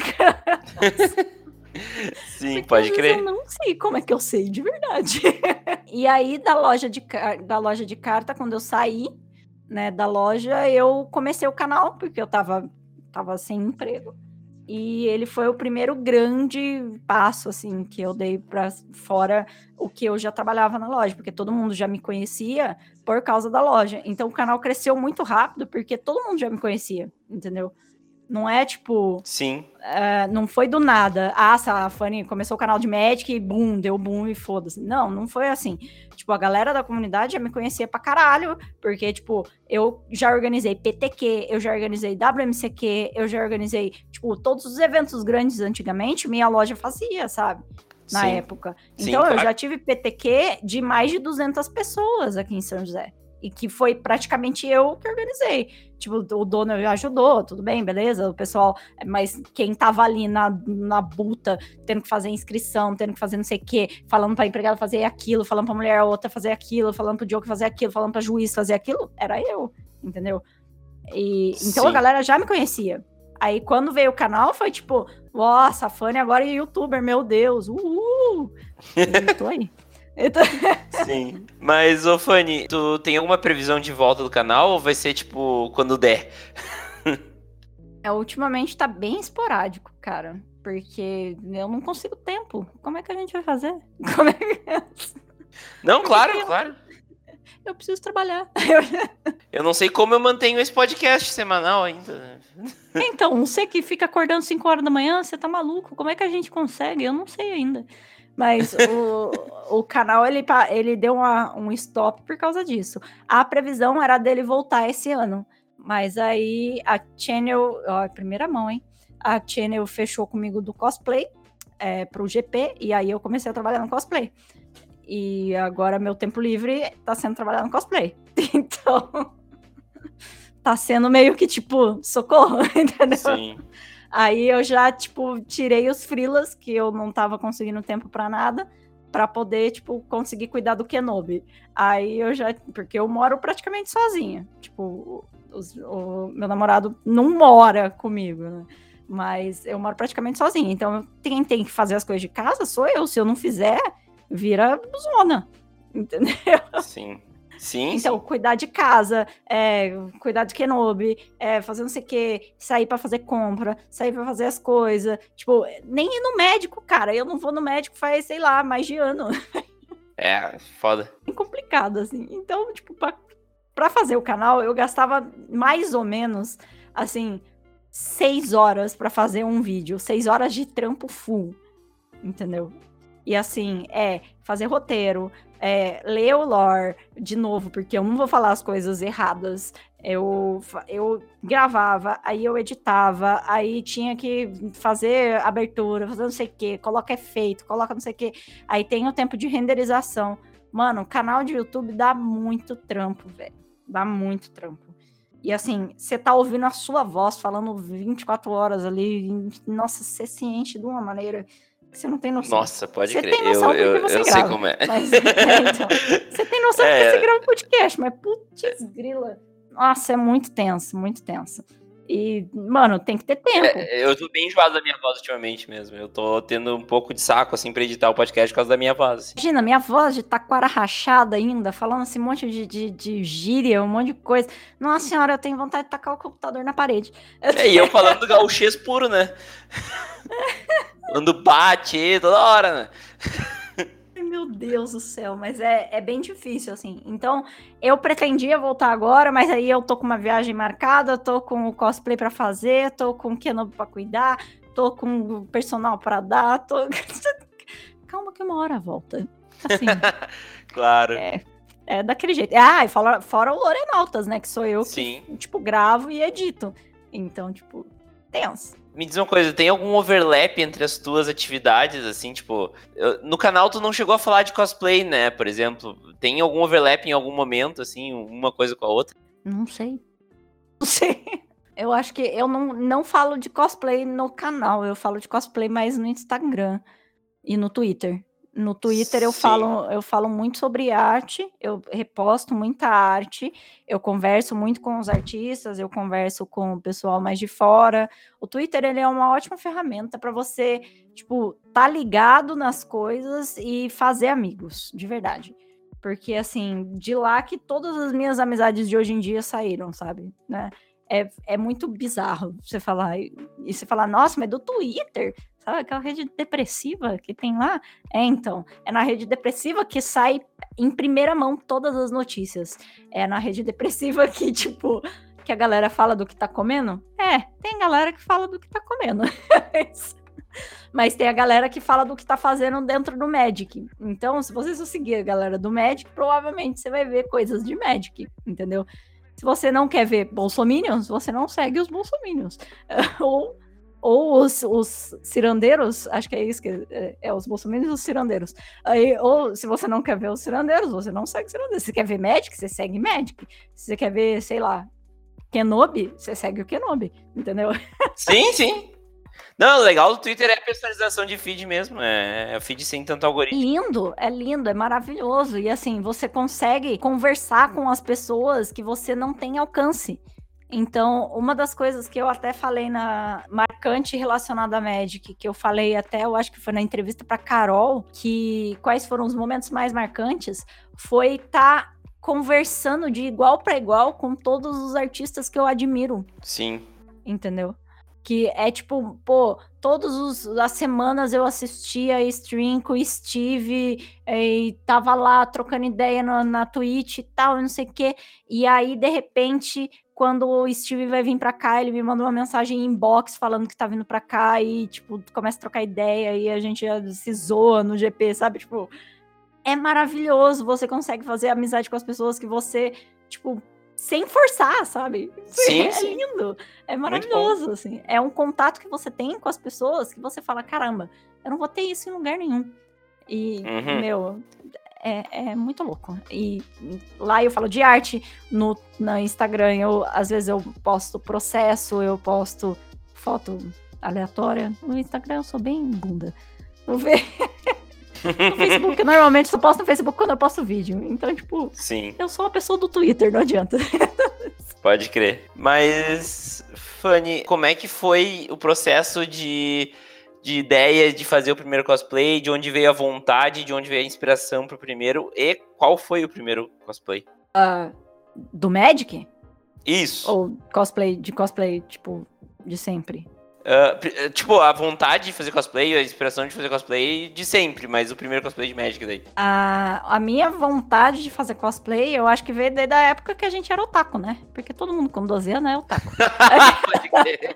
Sim, pode crer. Eu não sei como é que eu sei, de verdade. E aí, da loja de carta, quando eu saí, né, da loja, eu comecei o canal, porque eu tava sem emprego, e ele foi o primeiro grande passo, assim, que eu dei pra fora o que eu já trabalhava na loja, porque todo mundo já me conhecia por causa da loja, então o canal cresceu muito rápido, porque todo mundo já me conhecia, entendeu? Não é tipo... Sim. Não foi do nada. A Fanny começou o canal de Magic e boom, deu boom e foda-se. Não foi assim. Tipo, a galera da comunidade já me conhecia pra caralho, porque, tipo, eu já organizei PTQ, eu já organizei WMCQ, eu já organizei, tipo, todos os eventos grandes antigamente, minha loja fazia, sabe? Na época. Então, eu já tive PTQ de mais de 200 pessoas aqui em São José. E que foi praticamente eu que organizei. Tipo, o dono ajudou, tudo bem, beleza? O pessoal, mas quem tava ali na buta, tendo que fazer inscrição, tendo que fazer não sei o quê, falando pra empregada fazer aquilo, falando pra mulher outra fazer aquilo, falando pro Diogo fazer aquilo, falando pra juiz fazer aquilo, era eu, entendeu? E então a galera já me conhecia. Aí quando veio o canal, foi tipo, nossa, a Fanny agora é youtuber, meu Deus, E tô aí. Sim. Mas, ô Fanny, tu tem alguma previsão de volta do canal ou vai ser, tipo, quando der? Ultimamente tá bem esporádico, cara. Porque eu não consigo tempo. Como é que a gente vai fazer? Não, claro. Eu preciso trabalhar. Eu não sei como eu mantenho esse podcast semanal ainda. Então, você que fica acordando 5 horas da manhã, você tá maluco. Como é que a gente consegue? Eu não sei ainda. Mas o canal, ele deu um stop por causa disso. A previsão era dele voltar esse ano. Mas aí a Channel... Ó, primeira mão, hein? A Channel fechou comigo do cosplay pro GP. E aí eu comecei a trabalhar no cosplay. E agora meu tempo livre tá sendo trabalhar no cosplay. Então... tá sendo meio que, tipo, socorro, entendeu? Sim. Aí eu já, tipo, tirei os freelas, que eu não tava conseguindo tempo pra nada, pra poder, tipo, conseguir cuidar do Kenobi. Aí eu já... Porque eu moro praticamente sozinha. Tipo, o meu namorado não mora comigo, né? Mas eu moro praticamente sozinha. Então, quem tem que fazer as coisas de casa sou eu. Se eu não fizer, vira zona. Entendeu? Sim. Sim, então, sim. cuidar de casa, cuidar de Kenobi, fazer não sei o quê, sair pra fazer compra, sair pra fazer as coisas. Tipo, nem ir no médico, cara. Eu não vou no médico faz, sei lá, mais de ano. É, foda. É complicado, assim. Então, tipo, pra fazer o canal, eu gastava mais ou menos, assim, 6 horas pra fazer um vídeo. 6 horas de trampo full, entendeu? E assim, fazer roteiro, ler o lore de novo, porque eu não vou falar as coisas erradas. Eu gravava, aí eu editava, aí tinha que fazer abertura, fazer não sei o que, coloca efeito, coloca não sei o que. Aí tem o tempo de renderização. Mano, o canal de YouTube dá muito trampo, velho. Dá muito trampo. E assim, você tá ouvindo a sua voz falando 24 horas ali, nossa, você se enche de uma maneira... Você não tem noção. Nossa, pode você crer. Tem noção porque você eu grava. sei como é. Mas, então, você tem noção porque você grava podcast, mas putz grila. Nossa, é muito tenso, muito tenso. E, mano, tem que ter tempo. Eu tô bem enjoado da minha voz ultimamente mesmo. Eu tô tendo um pouco de saco, assim, pra editar o podcast por causa da minha voz. Assim. Imagina, minha voz de taquara rachada ainda, falando assim, um monte de gíria, um monte de coisa. Nossa senhora, eu tenho vontade de tacar o computador na parede. E eu falando do gauchês puro, né? Falando bate toda hora, né? Meu Deus do céu, mas é bem difícil, assim. Então, eu pretendia voltar agora, mas aí eu tô com uma viagem marcada, tô com o cosplay pra fazer, tô com o Kenobi pra cuidar, tô com o personal pra dar, tô... Calma que uma hora volta. Assim. Claro. É daquele jeito. E fora o Lorenautas, né, que sou eu Sim. que, tipo, gravo e edito. Então, tipo, tenso. Me diz uma coisa, tem algum overlap entre as tuas atividades, assim, tipo... No canal tu não chegou a falar de cosplay, né, por exemplo. Tem algum overlap em algum momento, assim, uma coisa com a outra? Não sei. Não sei. Eu acho que eu não falo de cosplay no canal. Eu falo de cosplay mais no Instagram e no Twitter. No Twitter eu falo muito sobre arte, eu reposto muita arte, eu converso muito com os artistas, eu converso com o pessoal mais de fora. O Twitter, ele é uma ótima ferramenta para você, tipo, tá ligado nas coisas e fazer amigos, de verdade. Porque, assim, de lá que todas as minhas amizades de hoje em dia saíram, sabe? Né? É muito bizarro você falar, e você falar, nossa, mas do Twitter... Sabe aquela rede depressiva que tem lá? Então, é na rede depressiva que sai em primeira mão todas as notícias. É na rede depressiva que, tipo, que a galera fala do que tá comendo? Tem galera que fala do que tá comendo. Mas tem a galera que fala do que tá fazendo dentro do Magic. Então, se você só seguir a galera do Magic, provavelmente você vai ver coisas de Magic, entendeu? Se você não quer ver bolsominions, você não segue os bolsominions. Ou os cirandeiros, acho que é isso que os bolsominions e os cirandeiros. Aí, ou se você não quer ver os cirandeiros, você não segue cirandeiros. Se você quer ver Magic, você segue Magic. Se você quer ver, sei lá, Kenobi, você segue o Kenobi, entendeu? Sim, sim. Não, o legal do Twitter é a personalização de feed mesmo, é o feed sem tanto algoritmo. Lindo, é maravilhoso. E assim, você consegue conversar com as pessoas que você não tem alcance. Então, uma das coisas que eu até falei na marcante relacionada à Magic, que eu falei até, eu acho que foi na entrevista para Carol, que quais foram os momentos mais marcantes, foi estar conversando de igual para igual com todos os artistas que eu admiro. Sim. Entendeu? Que é tipo, pô, todas as semanas eu assistia a stream com o Steve e tava lá trocando ideia na Twitch e tal, não sei o quê. E aí, de repente, quando o Steve vai vir pra cá, ele me manda uma mensagem em inbox falando que tá vindo pra cá e, tipo, começa a trocar ideia e a gente já se zoa no GP, sabe? Tipo, é maravilhoso, você consegue fazer amizade com as pessoas que você, tipo, sem forçar, sabe? Sim, É sim. lindo, é maravilhoso, assim. É um contato que você tem com as pessoas que você fala, caramba, eu não vou ter isso em lugar nenhum. E, meu, é muito louco. E lá eu falo de arte, no Instagram, às vezes eu posto processo, eu posto foto aleatória. No Instagram eu sou bem bunda. Vou ver. No Facebook, normalmente só posto no Facebook quando eu posto vídeo. Então, tipo, Sim. Eu sou uma pessoa do Twitter, não adianta. Pode crer. Mas, Fanny, como é que foi o processo de ideia de fazer o primeiro cosplay? De onde veio a vontade? De onde veio a inspiração pro primeiro? E qual foi o primeiro cosplay? Do Magic? Isso. Ou cosplay, tipo, de sempre? Tipo, a vontade de fazer cosplay, a inspiração de fazer cosplay de sempre, mas o primeiro cosplay de Magic daí. A minha vontade de fazer cosplay, eu acho que veio desde a época que a gente era otaku, né? Porque todo mundo com 12 anos é otaku. Pode crer.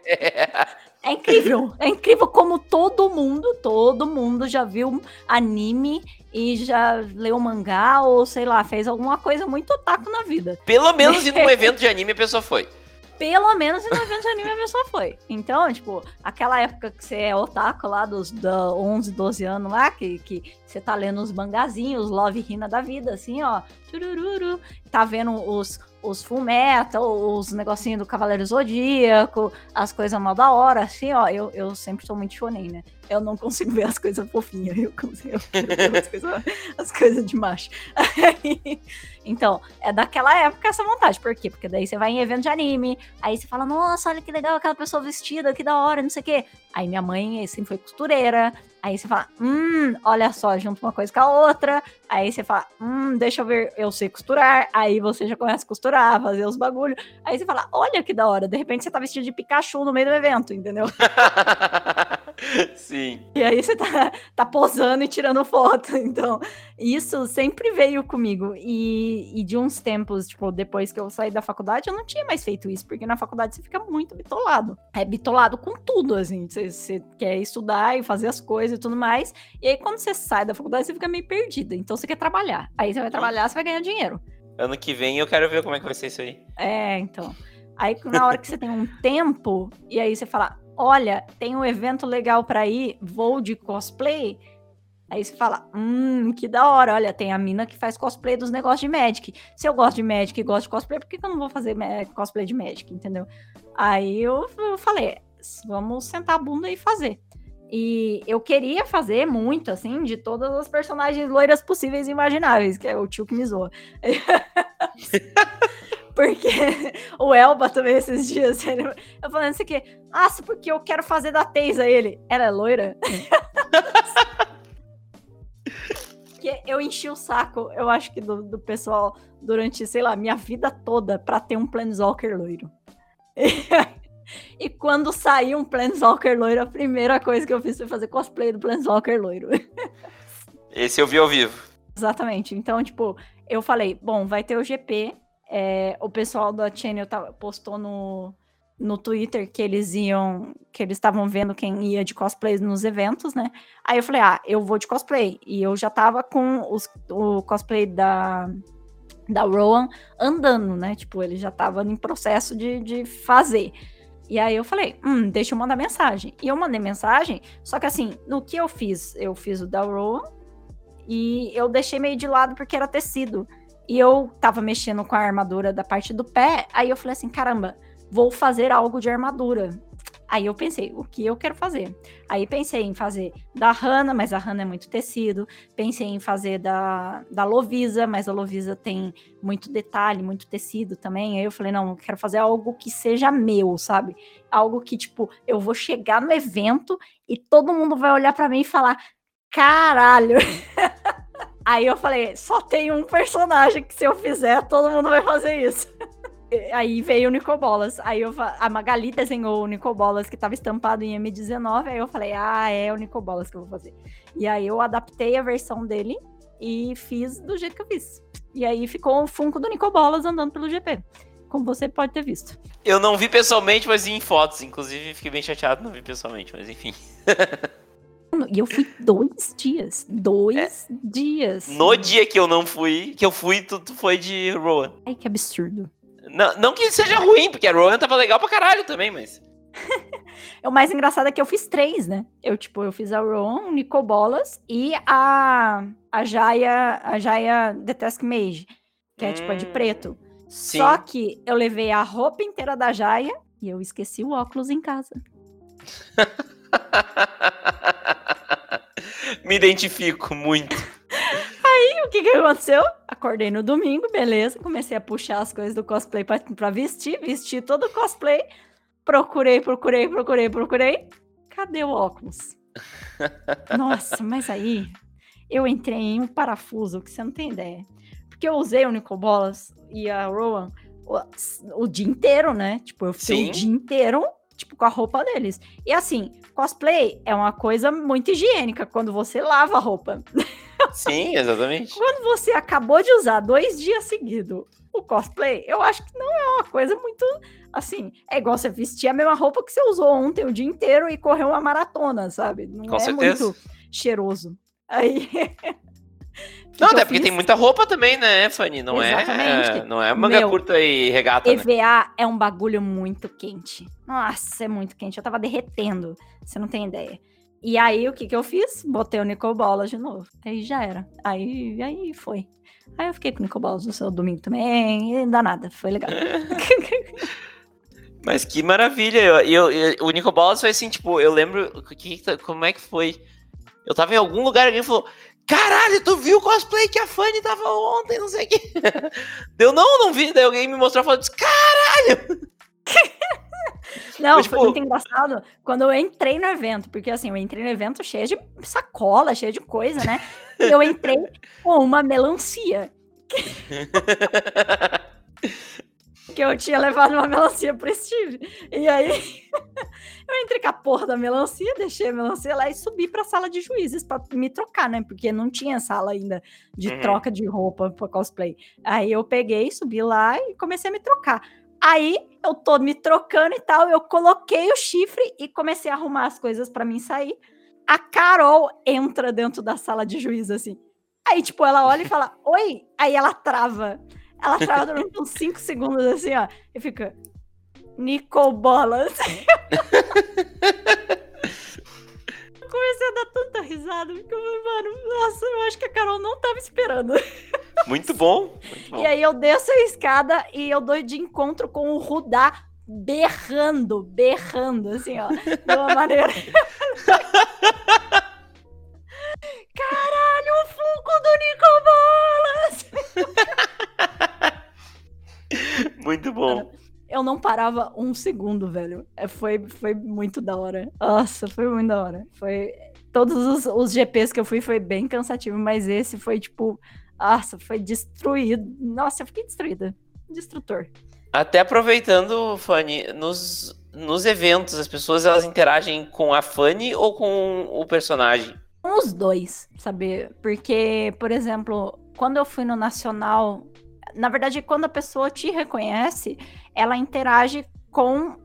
É incrível como todo mundo já viu anime e já leu mangá ou, sei lá, fez alguma coisa muito otaku na vida. Pelo menos em um evento de anime a pessoa foi. Pelo menos em 90 de anime a pessoa foi. Então, tipo, aquela época que você é otaku lá, dos 11, 12 anos lá, que você tá lendo os mangazinhos, Love Hina da vida, assim, ó, tchurururu, tá vendo os Full Metal, os negocinhos do Cavaleiro Zodíaco, as coisas mal da hora, assim, ó, eu sempre sou muito shonen, né? Eu não consigo ver as coisas fofinhas, eu consigo ver as coisas de macho. Então, é daquela época essa vontade. Por quê? Porque daí você vai em evento de anime, aí você fala, nossa, olha que legal aquela pessoa vestida, que da hora, não sei o quê. Aí minha mãe sempre foi costureira, aí você fala, olha só, junta uma coisa com a outra, aí você fala, deixa eu ver, eu sei costurar, aí você já começa a costurar, fazer os bagulhos, aí você fala, olha que da hora, de repente você tá vestido de Pikachu no meio do evento, entendeu? Sim. E aí você tá posando e tirando foto, então isso sempre veio comigo, e de uns tempos, tipo, depois que eu saí da faculdade, eu não tinha mais feito isso, porque na faculdade você fica muito bitolado, é bitolado com tudo, assim, você quer estudar e fazer as coisas e tudo mais, e aí quando você sai da faculdade, você fica meio perdida, então você quer trabalhar, aí você vai trabalhar, você vai ganhar dinheiro. Ano que vem eu quero ver como é que vai ser isso aí. Então, aí na hora que você tem um tempo, e aí você fala, olha, tem um evento legal pra ir, vou de cosplay. Aí você fala, que da hora, olha, tem a mina que faz cosplay dos negócios de Magic. Se eu gosto de Magic e gosto de cosplay, por que eu não vou fazer cosplay de Magic, entendeu? Aí eu falei, vamos sentar a bunda e fazer. E eu queria fazer muito, assim, de todas as personagens loiras possíveis e imagináveis, que é o tio que me zoa. Porque o Elba também, esses dias, eu falando assim que, porque eu quero fazer da Teisa ele. Ela é loira? Porque eu enchi o saco, eu acho que do pessoal, durante, sei lá, minha vida toda, pra ter um Planeswalker loiro. E quando saiu um Planeswalker loiro, a primeira coisa que eu fiz foi fazer cosplay do Planeswalker loiro. Esse eu vi ao vivo. Exatamente. Então, tipo, eu falei, bom, vai ter o GP. O pessoal da Channel postou no Twitter que eles estavam vendo quem ia de cosplay nos eventos, né? Aí eu falei, eu vou de cosplay. E eu já tava com o cosplay da Rowan andando, né? Tipo, ele já tava em processo de fazer. E aí eu falei, deixa eu mandar mensagem. E eu mandei mensagem, só que assim, no que eu fiz o da Rowan e eu deixei meio de lado porque era tecido. E eu tava mexendo com a armadura da parte do pé, aí eu falei assim, caramba, vou fazer algo de armadura. Aí eu pensei, o que eu quero fazer? Aí pensei em fazer da Hannah, mas a Hannah é muito tecido. Pensei em fazer da Lovisa, mas a Lovisa tem muito detalhe, muito tecido também. Aí eu falei, não, eu quero fazer algo que seja meu, sabe? Algo que, tipo, eu vou chegar no evento e todo mundo vai olhar pra mim e falar, caralho! Aí eu falei, só tem um personagem que se eu fizer, todo mundo vai fazer isso. Aí veio o Nicobolas. Aí a Magali desenhou o Nicobolas que estava estampado em M19. Aí eu falei, é o Nicobolas que eu vou fazer. E aí eu adaptei a versão dele e fiz do jeito que eu fiz. E aí ficou o Funko do Nicobolas andando pelo GP. como você pode ter visto. Eu não vi pessoalmente, mas vi em fotos. Inclusive, fiquei bem chateado não vi pessoalmente, mas enfim. E eu fui 2 dias. 2 dias. No dia que eu não fui, que eu fui, tu foi de Rowan. Ai, que absurdo. Não que seja ruim, porque a Rowan tava legal pra caralho também, mas... O mais engraçado é que eu fiz 3, né? Eu fiz a Rowan, o Nicobolas e a Jaya The Task Mage, que é tipo a de preto. Sim. Só que eu levei a roupa inteira da Jaya e eu esqueci o óculos em casa. Me identifico muito. Aí, o que aconteceu? Acordei no domingo, beleza. Comecei a puxar as coisas do cosplay pra vestir. Vesti todo o cosplay. Procurei. Cadê o óculos? Nossa, mas aí eu entrei em um parafuso que você não tem ideia. Porque eu usei o Nicobolas e a Rowan o dia inteiro, né? Tipo, eu fiquei o dia inteiro, tipo, com a roupa deles. E assim, cosplay é uma coisa muito higiênica quando você lava a roupa. Sim, exatamente. Quando você acabou de usar 2 dias seguidos o cosplay, eu acho que não é uma coisa muito, assim, é igual você vestir a mesma roupa que você usou ontem o dia inteiro e correu uma maratona, sabe? Não Com é certeza. muito cheiroso. Aí... Não, até porque tem muita roupa também, né, Fanny? Não é manga curta e regata, EVA, né? É um bagulho muito quente. Nossa, é muito quente. Eu tava derretendo, você não tem ideia. E aí, o que eu fiz? Botei o Nicobolas de novo. Aí já era. Aí foi. Aí eu fiquei com o Nicobolas no seu domingo também. E não dá nada. Foi legal. Mas que maravilha. O Nicobolas foi assim, tipo, eu lembro... Como é que foi? Eu tava em algum lugar e alguém falou... Caralho, tu viu o cosplay que a Fanny tava ontem, não sei o que. Deu, não vi. Daí alguém me mostrou e falou, caralho! Não, foi muito engraçado quando eu entrei no evento, porque assim, eu entrei no evento cheio de sacola, cheio de coisa, né? E eu entrei com uma melancia. Que eu tinha levado uma melancia pro Steve. E aí, eu entrei com a porra da melancia, deixei a melancia lá e subi pra sala de juízes pra me trocar, né? Porque não tinha sala ainda de troca de roupa pra cosplay. Aí eu peguei, subi lá e comecei a me trocar. Aí, eu tô me trocando e tal, eu coloquei o chifre e comecei a arrumar as coisas pra mim sair. A Carol entra dentro da sala de juiz, assim. Aí, tipo, ela olha e fala, oi! Aí ela trava. Ela trava durante uns 5 segundos, assim, ó. E fica, Nicobolas. Eu comecei a dar tanta risada, porque eu falei, mano, nossa, eu acho que a Carol não tava esperando. Muito bom. E aí eu desço a escada e eu dou de encontro com o Rudá berrando, assim, ó. De uma maneira... Caralho, o Funko do Nicobolas! Muito bom. Cara, eu não parava um segundo, velho. Foi muito da hora. Nossa, foi muito da hora. Todos os GPs que eu fui foi bem cansativo, mas esse foi tipo... Nossa, foi destruído. Nossa, eu fiquei destruída. Destrutor. Até aproveitando, Fanny, nos eventos, as pessoas elas interagem com a Fanny ou com o personagem? Com os dois, sabe? Porque, por exemplo, quando eu fui no Nacional, na verdade, quando a pessoa te reconhece, ela interage com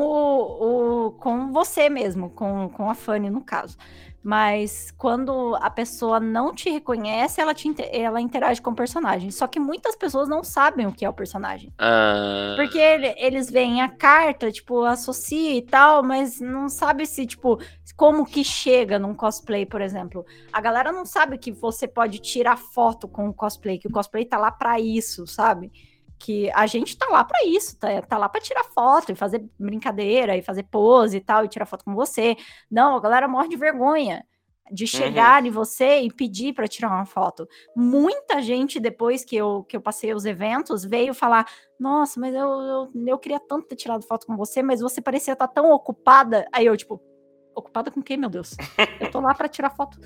você mesmo, com a Fanny, no caso. Mas quando a pessoa não te reconhece, ela interage com o personagem. Só que muitas pessoas não sabem o que é o personagem. Porque eles veem a carta, tipo, associa e tal, mas não sabe se, tipo, como que chega num cosplay, por exemplo. A galera não sabe que você pode tirar foto com o cosplay, que o cosplay tá lá pra isso, sabe? Que a gente tá lá pra isso, tá lá pra tirar foto e fazer brincadeira e fazer pose e tal, e tirar foto com você. Não, a galera morre de vergonha de chegar em você e pedir pra tirar uma foto. Muita gente, depois que eu passei os eventos, veio falar, nossa, mas eu queria tanto ter tirado foto com você, mas você parecia estar tão ocupada. Aí eu, tipo, ocupada com quem, meu Deus? Eu tô lá pra tirar foto.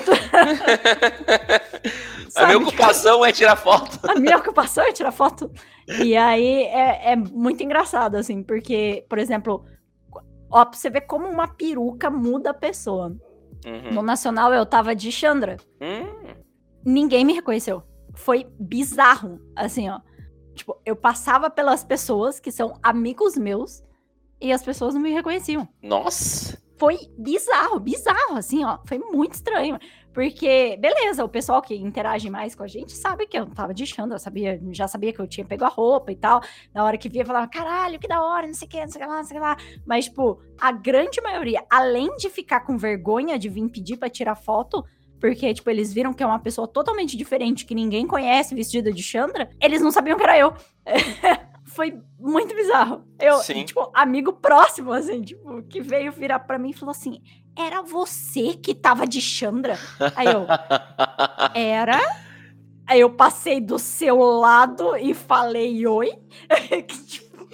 A minha ocupação é tirar foto. A minha ocupação é tirar foto. E aí é muito engraçado, assim, porque, por exemplo, ó, pra você ver como uma peruca muda a pessoa. No Nacional eu tava de Chandra. Ninguém me reconheceu. Foi bizarro, assim, ó. Tipo, eu passava pelas pessoas que são amigos meus e as pessoas não me reconheciam. Nossa! Foi bizarro, assim, ó. Foi muito estranho. Porque, beleza, o pessoal que interage mais com a gente sabe que eu tava de Chandra, já sabia que eu tinha pego a roupa e tal. Na hora que via, falava, caralho, que da hora, não sei o que, não sei o que lá, não sei o que lá. Mas, tipo, a grande maioria, além de ficar com vergonha de vir pedir pra tirar foto, porque, tipo, eles viram que é uma pessoa totalmente diferente, que ninguém conhece, vestida de Chandra, eles não sabiam que era eu. Foi muito bizarro. Sim. Tipo, amigo próximo, assim, tipo, que veio virar pra mim e falou assim, era você que tava de Chandra? Aí eu, era? Aí eu passei do seu lado e falei oi. Que, tipo...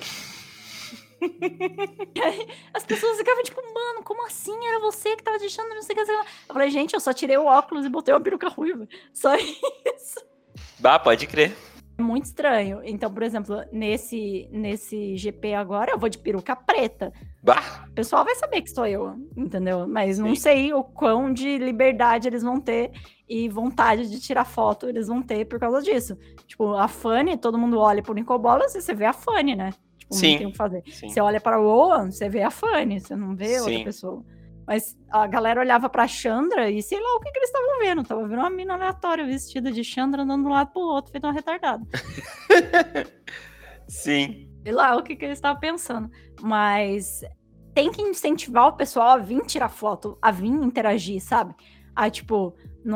As pessoas ficavam tipo, mano, como assim? Era você que tava de Chandra? Não sei o que. Eu falei, gente, eu só tirei o óculos e botei uma peruca ruiva. Só isso. Bah, pode crer. Muito estranho. Então, por exemplo, nesse GP agora, eu vou de peruca preta. Bah! O pessoal vai saber que sou eu, entendeu? Mas não Sim. sei o quão de liberdade eles vão ter e vontade de tirar foto eles vão ter por causa disso. Tipo, a Fanny, todo mundo olha pro Nicobolas e você vê a Fanny, né? Tipo, Sim. Não tem o que fazer. Sim. Você olha para o Owen, você vê a Fanny, você não vê Sim. outra pessoa. Mas a galera olhava pra Chandra e sei lá o que eles estavam vendo. Tava vendo uma mina aleatória vestida de Chandra andando de um lado pro outro, feito uma retardada. Sim. Sei lá o que eles estavam pensando. Mas tem que incentivar o pessoal a vir tirar foto, a vir interagir, sabe? Tipo,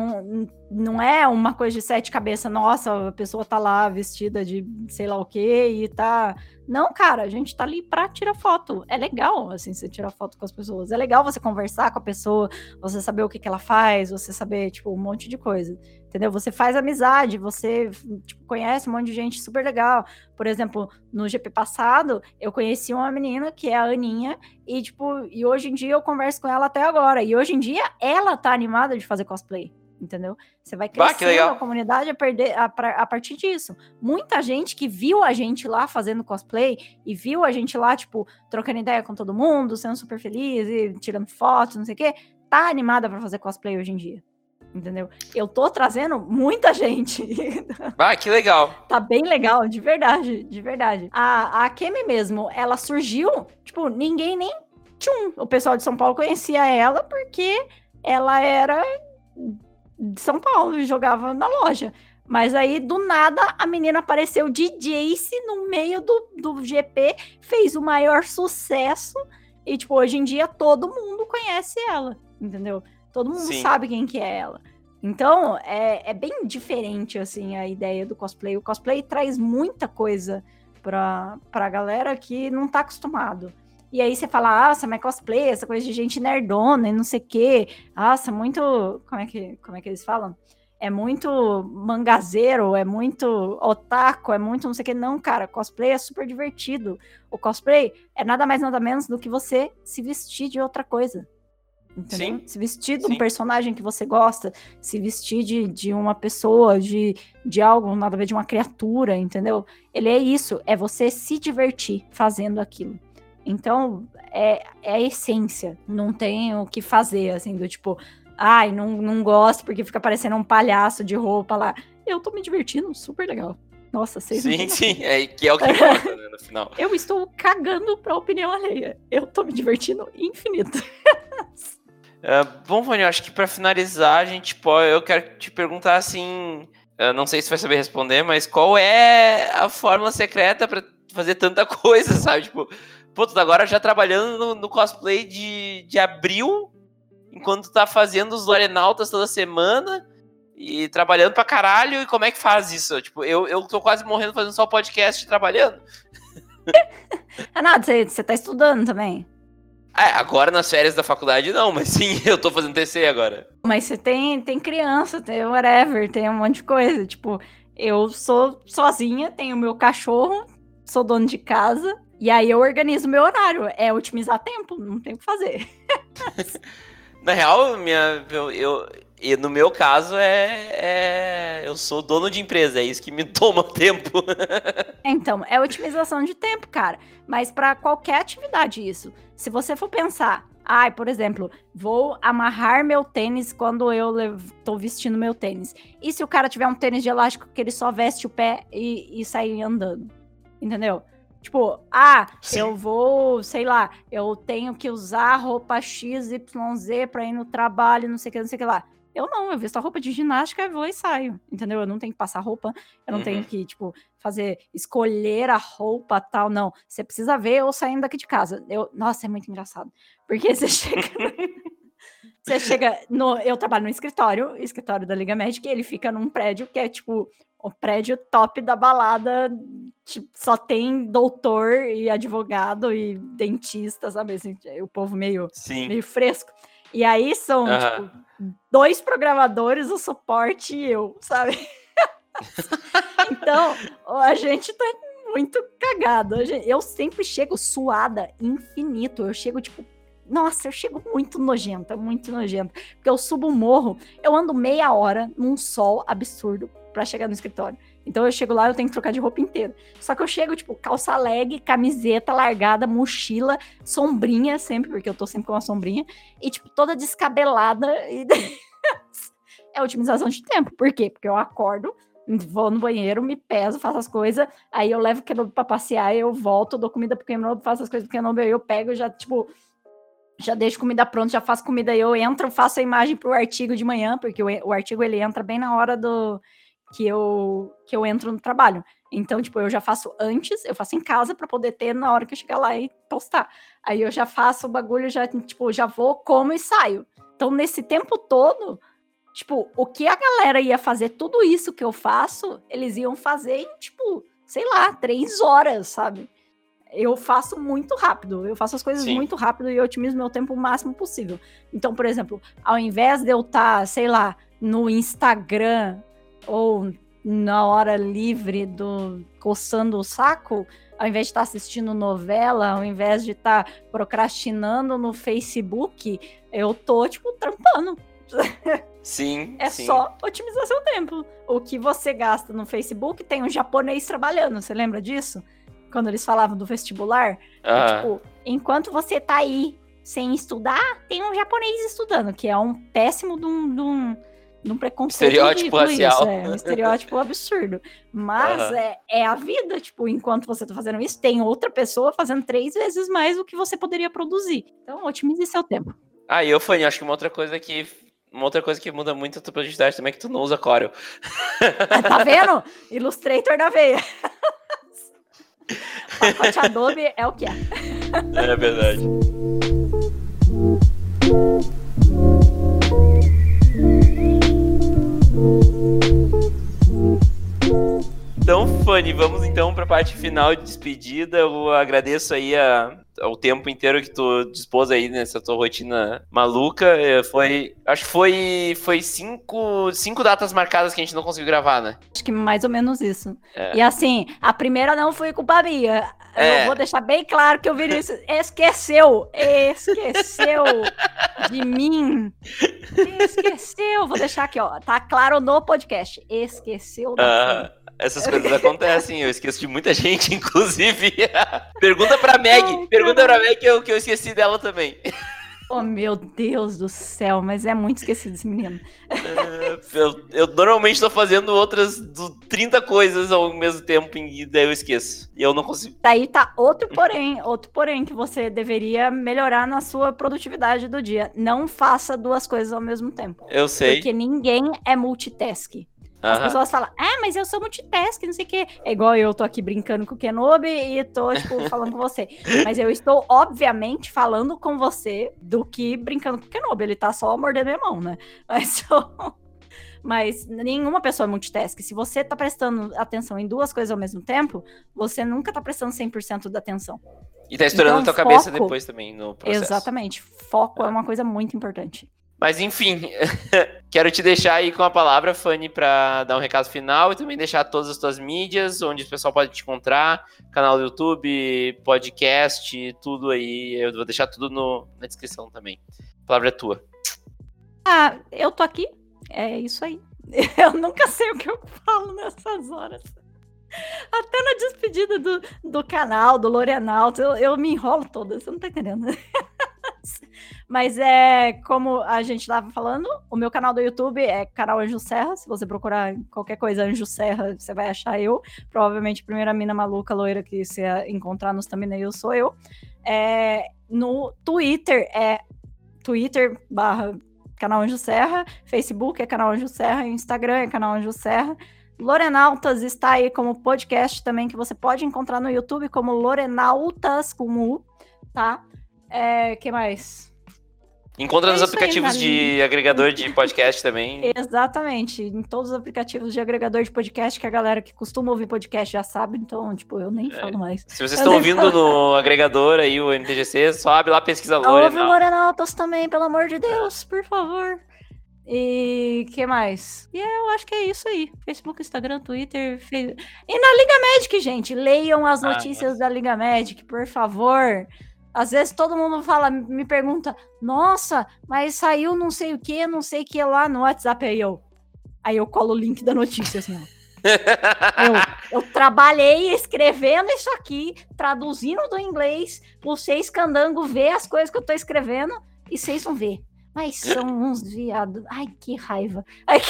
não é uma coisa de 7 cabeças, nossa, a pessoa tá lá vestida de sei lá o que e tá... Não, cara, a gente tá ali pra tirar foto. É legal, assim, você tirar foto com as pessoas. É legal você conversar com a pessoa, você saber o que ela faz, você saber, tipo, um monte de coisa. Entendeu? Você faz amizade, você tipo, conhece um monte de gente super legal. Por exemplo, no GP passado, eu conheci uma menina que é a Aninha, e, tipo, e hoje em dia eu converso com ela até agora. E hoje em dia ela tá animada de fazer cosplay. Entendeu? Você vai crescendo a comunidade a partir disso. Muita gente que viu a gente lá fazendo cosplay e viu a gente lá, tipo, trocando ideia com todo mundo, sendo super feliz e tirando fotos, não sei o quê, tá animada pra fazer cosplay hoje em dia. Entendeu? Eu tô trazendo muita gente. Ah, que legal. Tá bem legal, de verdade, de verdade. A Kemi mesmo, ela surgiu, tipo, ninguém nem... O pessoal de São Paulo conhecia ela porque ela era... de São Paulo e jogava na loja. Mas aí, do nada, a menina apareceu de Jace no meio do GP, fez o maior sucesso e, tipo, hoje em dia todo mundo conhece ela, entendeu? Todo mundo sabe quem que é ela. Então, é bem diferente, assim, a ideia do cosplay. O cosplay traz muita coisa pra galera que não tá acostumado. E aí você fala, nossa, mas cosplay, essa coisa de gente nerdona e não sei o quê. Nossa, muito... Como é que eles falam? É muito mangazeiro, é muito otaku, é muito não sei o quê. Não, cara, cosplay é super divertido. O cosplay é nada mais, nada menos do que você se vestir de outra coisa. Entendeu? Se vestir de um personagem que você gosta, se vestir de uma pessoa, de algo, nada a ver, de uma criatura, entendeu? Ele é isso, é você se divertir fazendo aquilo. Então, é a essência, não tem o que fazer, assim, do tipo, ai, não gosto porque fica parecendo um palhaço de roupa lá. Eu tô me divertindo, super legal. Nossa, vocês sim, que é o que importa, né, no final. Eu estou cagando pra opinião alheia. Eu tô me divertindo infinito. Bom, Fanny, eu acho que pra finalizar, eu quero te perguntar assim, não sei se vai saber responder, mas qual é a fórmula secreta pra fazer tanta coisa, sabe? Tipo, pô, tu agora já trabalhando no cosplay de abril, enquanto tu tá fazendo os Lorenautas toda semana e trabalhando pra caralho, e como é que faz isso? Tipo, eu tô quase morrendo fazendo só podcast trabalhando. Renato, você tá estudando também? Agora nas férias da faculdade não, mas sim, eu tô fazendo TC agora. Mas você tem criança, tem whatever, tem um monte de coisa. Tipo, eu sou sozinha, tenho meu cachorro, sou dono de casa, e aí eu organizo meu horário. É otimizar tempo, não tem o que fazer. Na real, no meu caso, eu sou dono de empresa, é isso que me toma tempo. Então, é otimização de tempo, cara. Mas para qualquer atividade isso. Se você for pensar, Ai, por exemplo, vou amarrar meu tênis quando eu tô vestindo meu tênis. E se o cara tiver um tênis de elástico que ele só veste o pé e sai andando? Entendeu? Tipo, Sim. eu vou, sei lá, eu tenho que usar roupa XYZ pra ir no trabalho, não sei o que lá. Eu visto a roupa de ginástica, vou e saio, entendeu? Eu não tenho que passar roupa, eu não tenho que, tipo, escolher a roupa tal, não. Você precisa ver eu saindo daqui de casa. Nossa, é muito engraçado. Porque você chega eu trabalho no escritório da Liga Magic, e ele fica num prédio que é, tipo, o prédio top da balada, tipo, só tem doutor e advogado e dentista, sabe? Assim, o povo meio fresco. E aí são, tipo, 2 programadores, o suporte e eu, sabe? Então, a gente tá muito cagado. Eu sempre chego suada infinito. Eu chego, tipo, nossa, eu chego muito nojenta. Porque eu subo o morro, eu ando meia hora num sol absurdo pra chegar no escritório. Então eu chego lá, eu tenho que trocar de roupa inteira. Só que eu chego, tipo, calça leg, camiseta largada, mochila, sombrinha sempre, porque eu tô sempre com uma sombrinha, e, tipo, toda descabelada. E... é otimização de tempo. Por quê? Porque eu acordo, vou no banheiro, me peso, faço as coisas, aí eu levo o Kenobi pra passear, eu volto, dou comida pro Kenobi, faço as coisas pro Kenobi, aí eu pego, já, tipo... já deixo comida pronta, já faço comida, aí eu entro, faço a imagem pro artigo de manhã, porque o artigo, ele entra bem na hora que eu entro no trabalho. Então, tipo, eu já faço antes, eu faço em casa para poder ter na hora que eu chegar lá e postar. Aí eu já faço o bagulho, já, tipo, já vou, como e saio. Então, nesse tempo todo, tipo, o que a galera ia fazer, tudo isso que eu faço, eles iam fazer em, tipo, sei lá, 3 horas, sabe? Eu faço muito rápido, eu faço as coisas muito rápido e eu otimizo meu tempo o máximo possível. Então, por exemplo, ao invés de eu estar, sei lá, no Instagram ou na hora livre coçando o saco, ao invés de estar assistindo novela, ao invés de estar procrastinando no Facebook, eu tô, tipo, trampando. Sim. Só otimizar seu tempo. O que você gasta no Facebook, tem um japonês trabalhando, você lembra disso? Quando eles falavam do vestibular, tipo, enquanto você tá aí sem estudar, tem um japonês estudando, que é um péssimo de um preconceito. Estereótipo racial. Isso, um estereótipo absurdo. Mas é a vida, tipo, enquanto você tá fazendo isso, tem outra pessoa fazendo 3 vezes mais do que você poderia produzir. Então, otimize seu tempo. E eu, Fanny, acho que uma outra coisa que muda muito a tua produtividade também é que tu não usa Corel. Tá vendo? Illustrator da veia. Pacote Adobe é o que é. É verdade. Então, Fanny, vamos então para a parte final de despedida. Eu agradeço aí ao tempo inteiro que tu dispôs aí nessa tua rotina maluca. Acho que foi 5 datas marcadas que a gente não conseguiu gravar, né? Acho que mais ou menos isso. E assim, a primeira não foi culpa minha. Eu vou deixar bem claro que o Vinícius esqueceu de mim. Esqueceu. Vou deixar aqui, ó. Tá claro no podcast. Esqueceu da essas coisas acontecem, eu esqueço de muita gente, inclusive. Pergunta pra Meg que eu esqueci dela também. Oh, meu Deus do céu, mas é muito esquecido esse menino. Eu normalmente tô fazendo outras 30 coisas ao mesmo tempo e daí eu esqueço. E eu não consigo. Daí tá outro porém que você deveria melhorar na sua produtividade do dia. Não faça 2 coisas ao mesmo tempo. Eu sei. Porque ninguém é multitask. As pessoas falam, mas eu sou multitask, não sei o quê. É igual eu tô aqui brincando com o Kenobi e tô, tipo, falando com você. Mas eu estou, obviamente, falando com você do que brincando com o Kenobi. Ele tá só mordendo minha mão, né? Mas nenhuma pessoa é multitask. Se você tá prestando atenção em 2 coisas ao mesmo tempo, você nunca tá prestando 100% da atenção. E tá estourando a tua cabeça depois também no processo. Exatamente. Foco é uma coisa muito importante. Mas enfim, quero te deixar aí com a palavra, Fanny, para dar um recado final e também deixar todas as tuas mídias, onde o pessoal pode te encontrar, canal do YouTube, podcast, tudo aí. Eu vou deixar tudo na descrição também. A palavra é tua. Eu tô aqui. É isso aí. Eu nunca sei o que eu falo nessas horas. Até na despedida do canal, do Loreanautas, eu me enrolo toda, você não tá entendendo. Mas como a gente tava falando, o meu canal do YouTube é canal Anjo Serra. Se você procurar qualquer coisa Anjo Serra, você vai achar eu. Provavelmente a primeira mina maluca loira que você encontrar nos thumbnails sou eu. No Twitter Twitter/canal Anjo Serra, Facebook é canal Anjo Serra, Instagram é canal Anjo Serra. Lorenautas está aí como podcast também, que você pode encontrar no YouTube como Lorenautas com U, tá? Que mais? Encontra nos aplicativos de agregador de podcast também. Exatamente, em todos os aplicativos de agregador de podcast, que a galera que costuma ouvir podcast já sabe, então, tipo, eu nem falo mais. Se vocês estão ouvindo no agregador aí, o MTGC, só abre lá, pesquisa Lorenautas. Ouve o Lorenautas também, pelo amor de Deus, por favor. E que mais? E eu acho que é isso aí. Facebook, Instagram, Twitter. E na Liga Magic, gente. Leiam as notícias da Liga Magic, por favor. Às vezes todo mundo me pergunta, nossa, mas saiu não sei o que lá no WhatsApp. Aí eu colo o link da notícia, assim, ó. Eu trabalhei escrevendo isso aqui, traduzindo do inglês, vocês, candango, ver as coisas que eu tô escrevendo e vocês vão ver. Mas são uns viados. Ai, que raiva.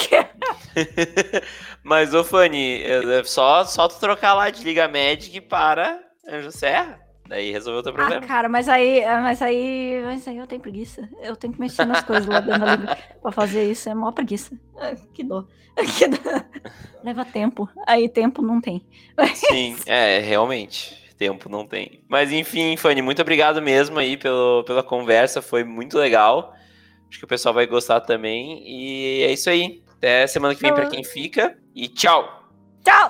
Mas, ô Fanny, só tu trocar lá de Liga Magic para Anjo Serra, daí resolveu o teu problema. Cara, mas aí eu tenho preguiça. Eu tenho que mexer nas coisas lá dentro da Liga pra fazer isso. É mó preguiça. Que dor. Leva tempo. Aí tempo não tem. Sim, realmente. Tempo não tem. Mas enfim, Fanny, muito obrigado mesmo aí pela conversa. Foi muito legal. Acho que o pessoal vai gostar também. E é isso aí. Até semana que vem pra quem fica. E tchau! Tchau!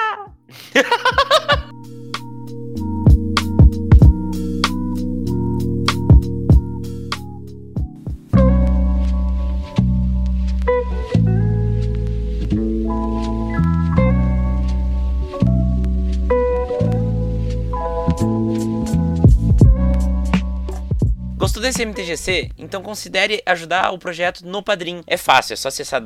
Gostou desse MTGC? Então considere ajudar o projeto no Padrim. É fácil, é só acessar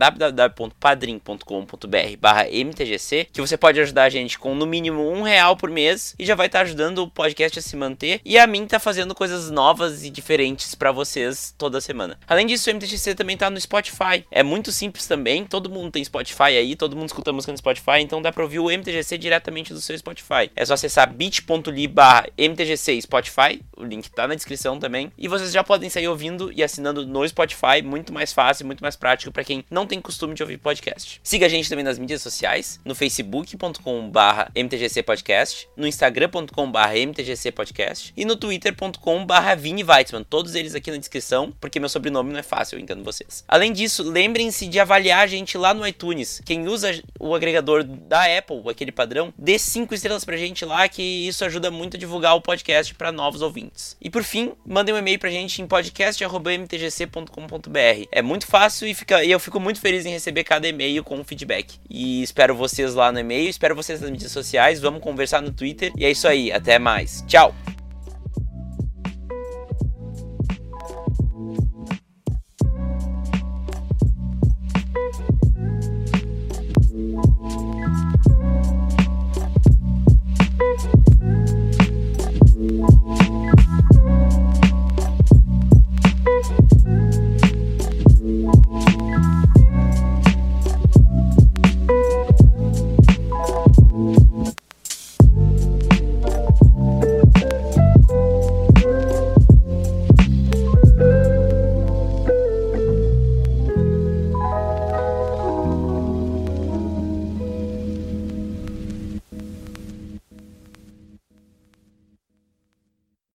www.padrim.com.br/mtgc que você pode ajudar a gente com no mínimo R$1 por mês e já vai estar ajudando o podcast a se manter e a mim tá fazendo coisas novas e diferentes pra vocês toda semana. Além disso, o MTGC também tá no Spotify. É muito simples também, todo mundo tem Spotify aí, todo mundo escuta música no Spotify, então dá pra ouvir o MTGC diretamente do seu Spotify. É só acessar bit.ly/mtgc Spotify, o link tá na descrição também, e vocês já podem sair ouvindo e assinando no Spotify, muito mais fácil, muito mais prático pra quem não tem costume de ouvir podcast. Siga a gente também nas mídias sociais, no facebook.com/mtgcpodcast, no instagram.com/mtgcpodcast e no twitter.com/ViniWeitzman, todos eles aqui na descrição, porque meu sobrenome não é fácil, eu entendo vocês. Além disso, lembrem-se de avaliar a gente lá no iTunes. Quem usa o agregador da Apple, aquele padrão, dê 5 estrelas pra gente lá, que isso ajuda muito a divulgar o podcast pra novos ouvintes. E por fim, mandem um e-mail pra gente em podcast@mtgc.com.br. É muito fácil e eu fico muito feliz em receber cada e-mail com feedback. E espero vocês lá no e-mail, espero vocês nas mídias sociais, vamos conversar no Twitter. E é isso aí, até mais. Tchau!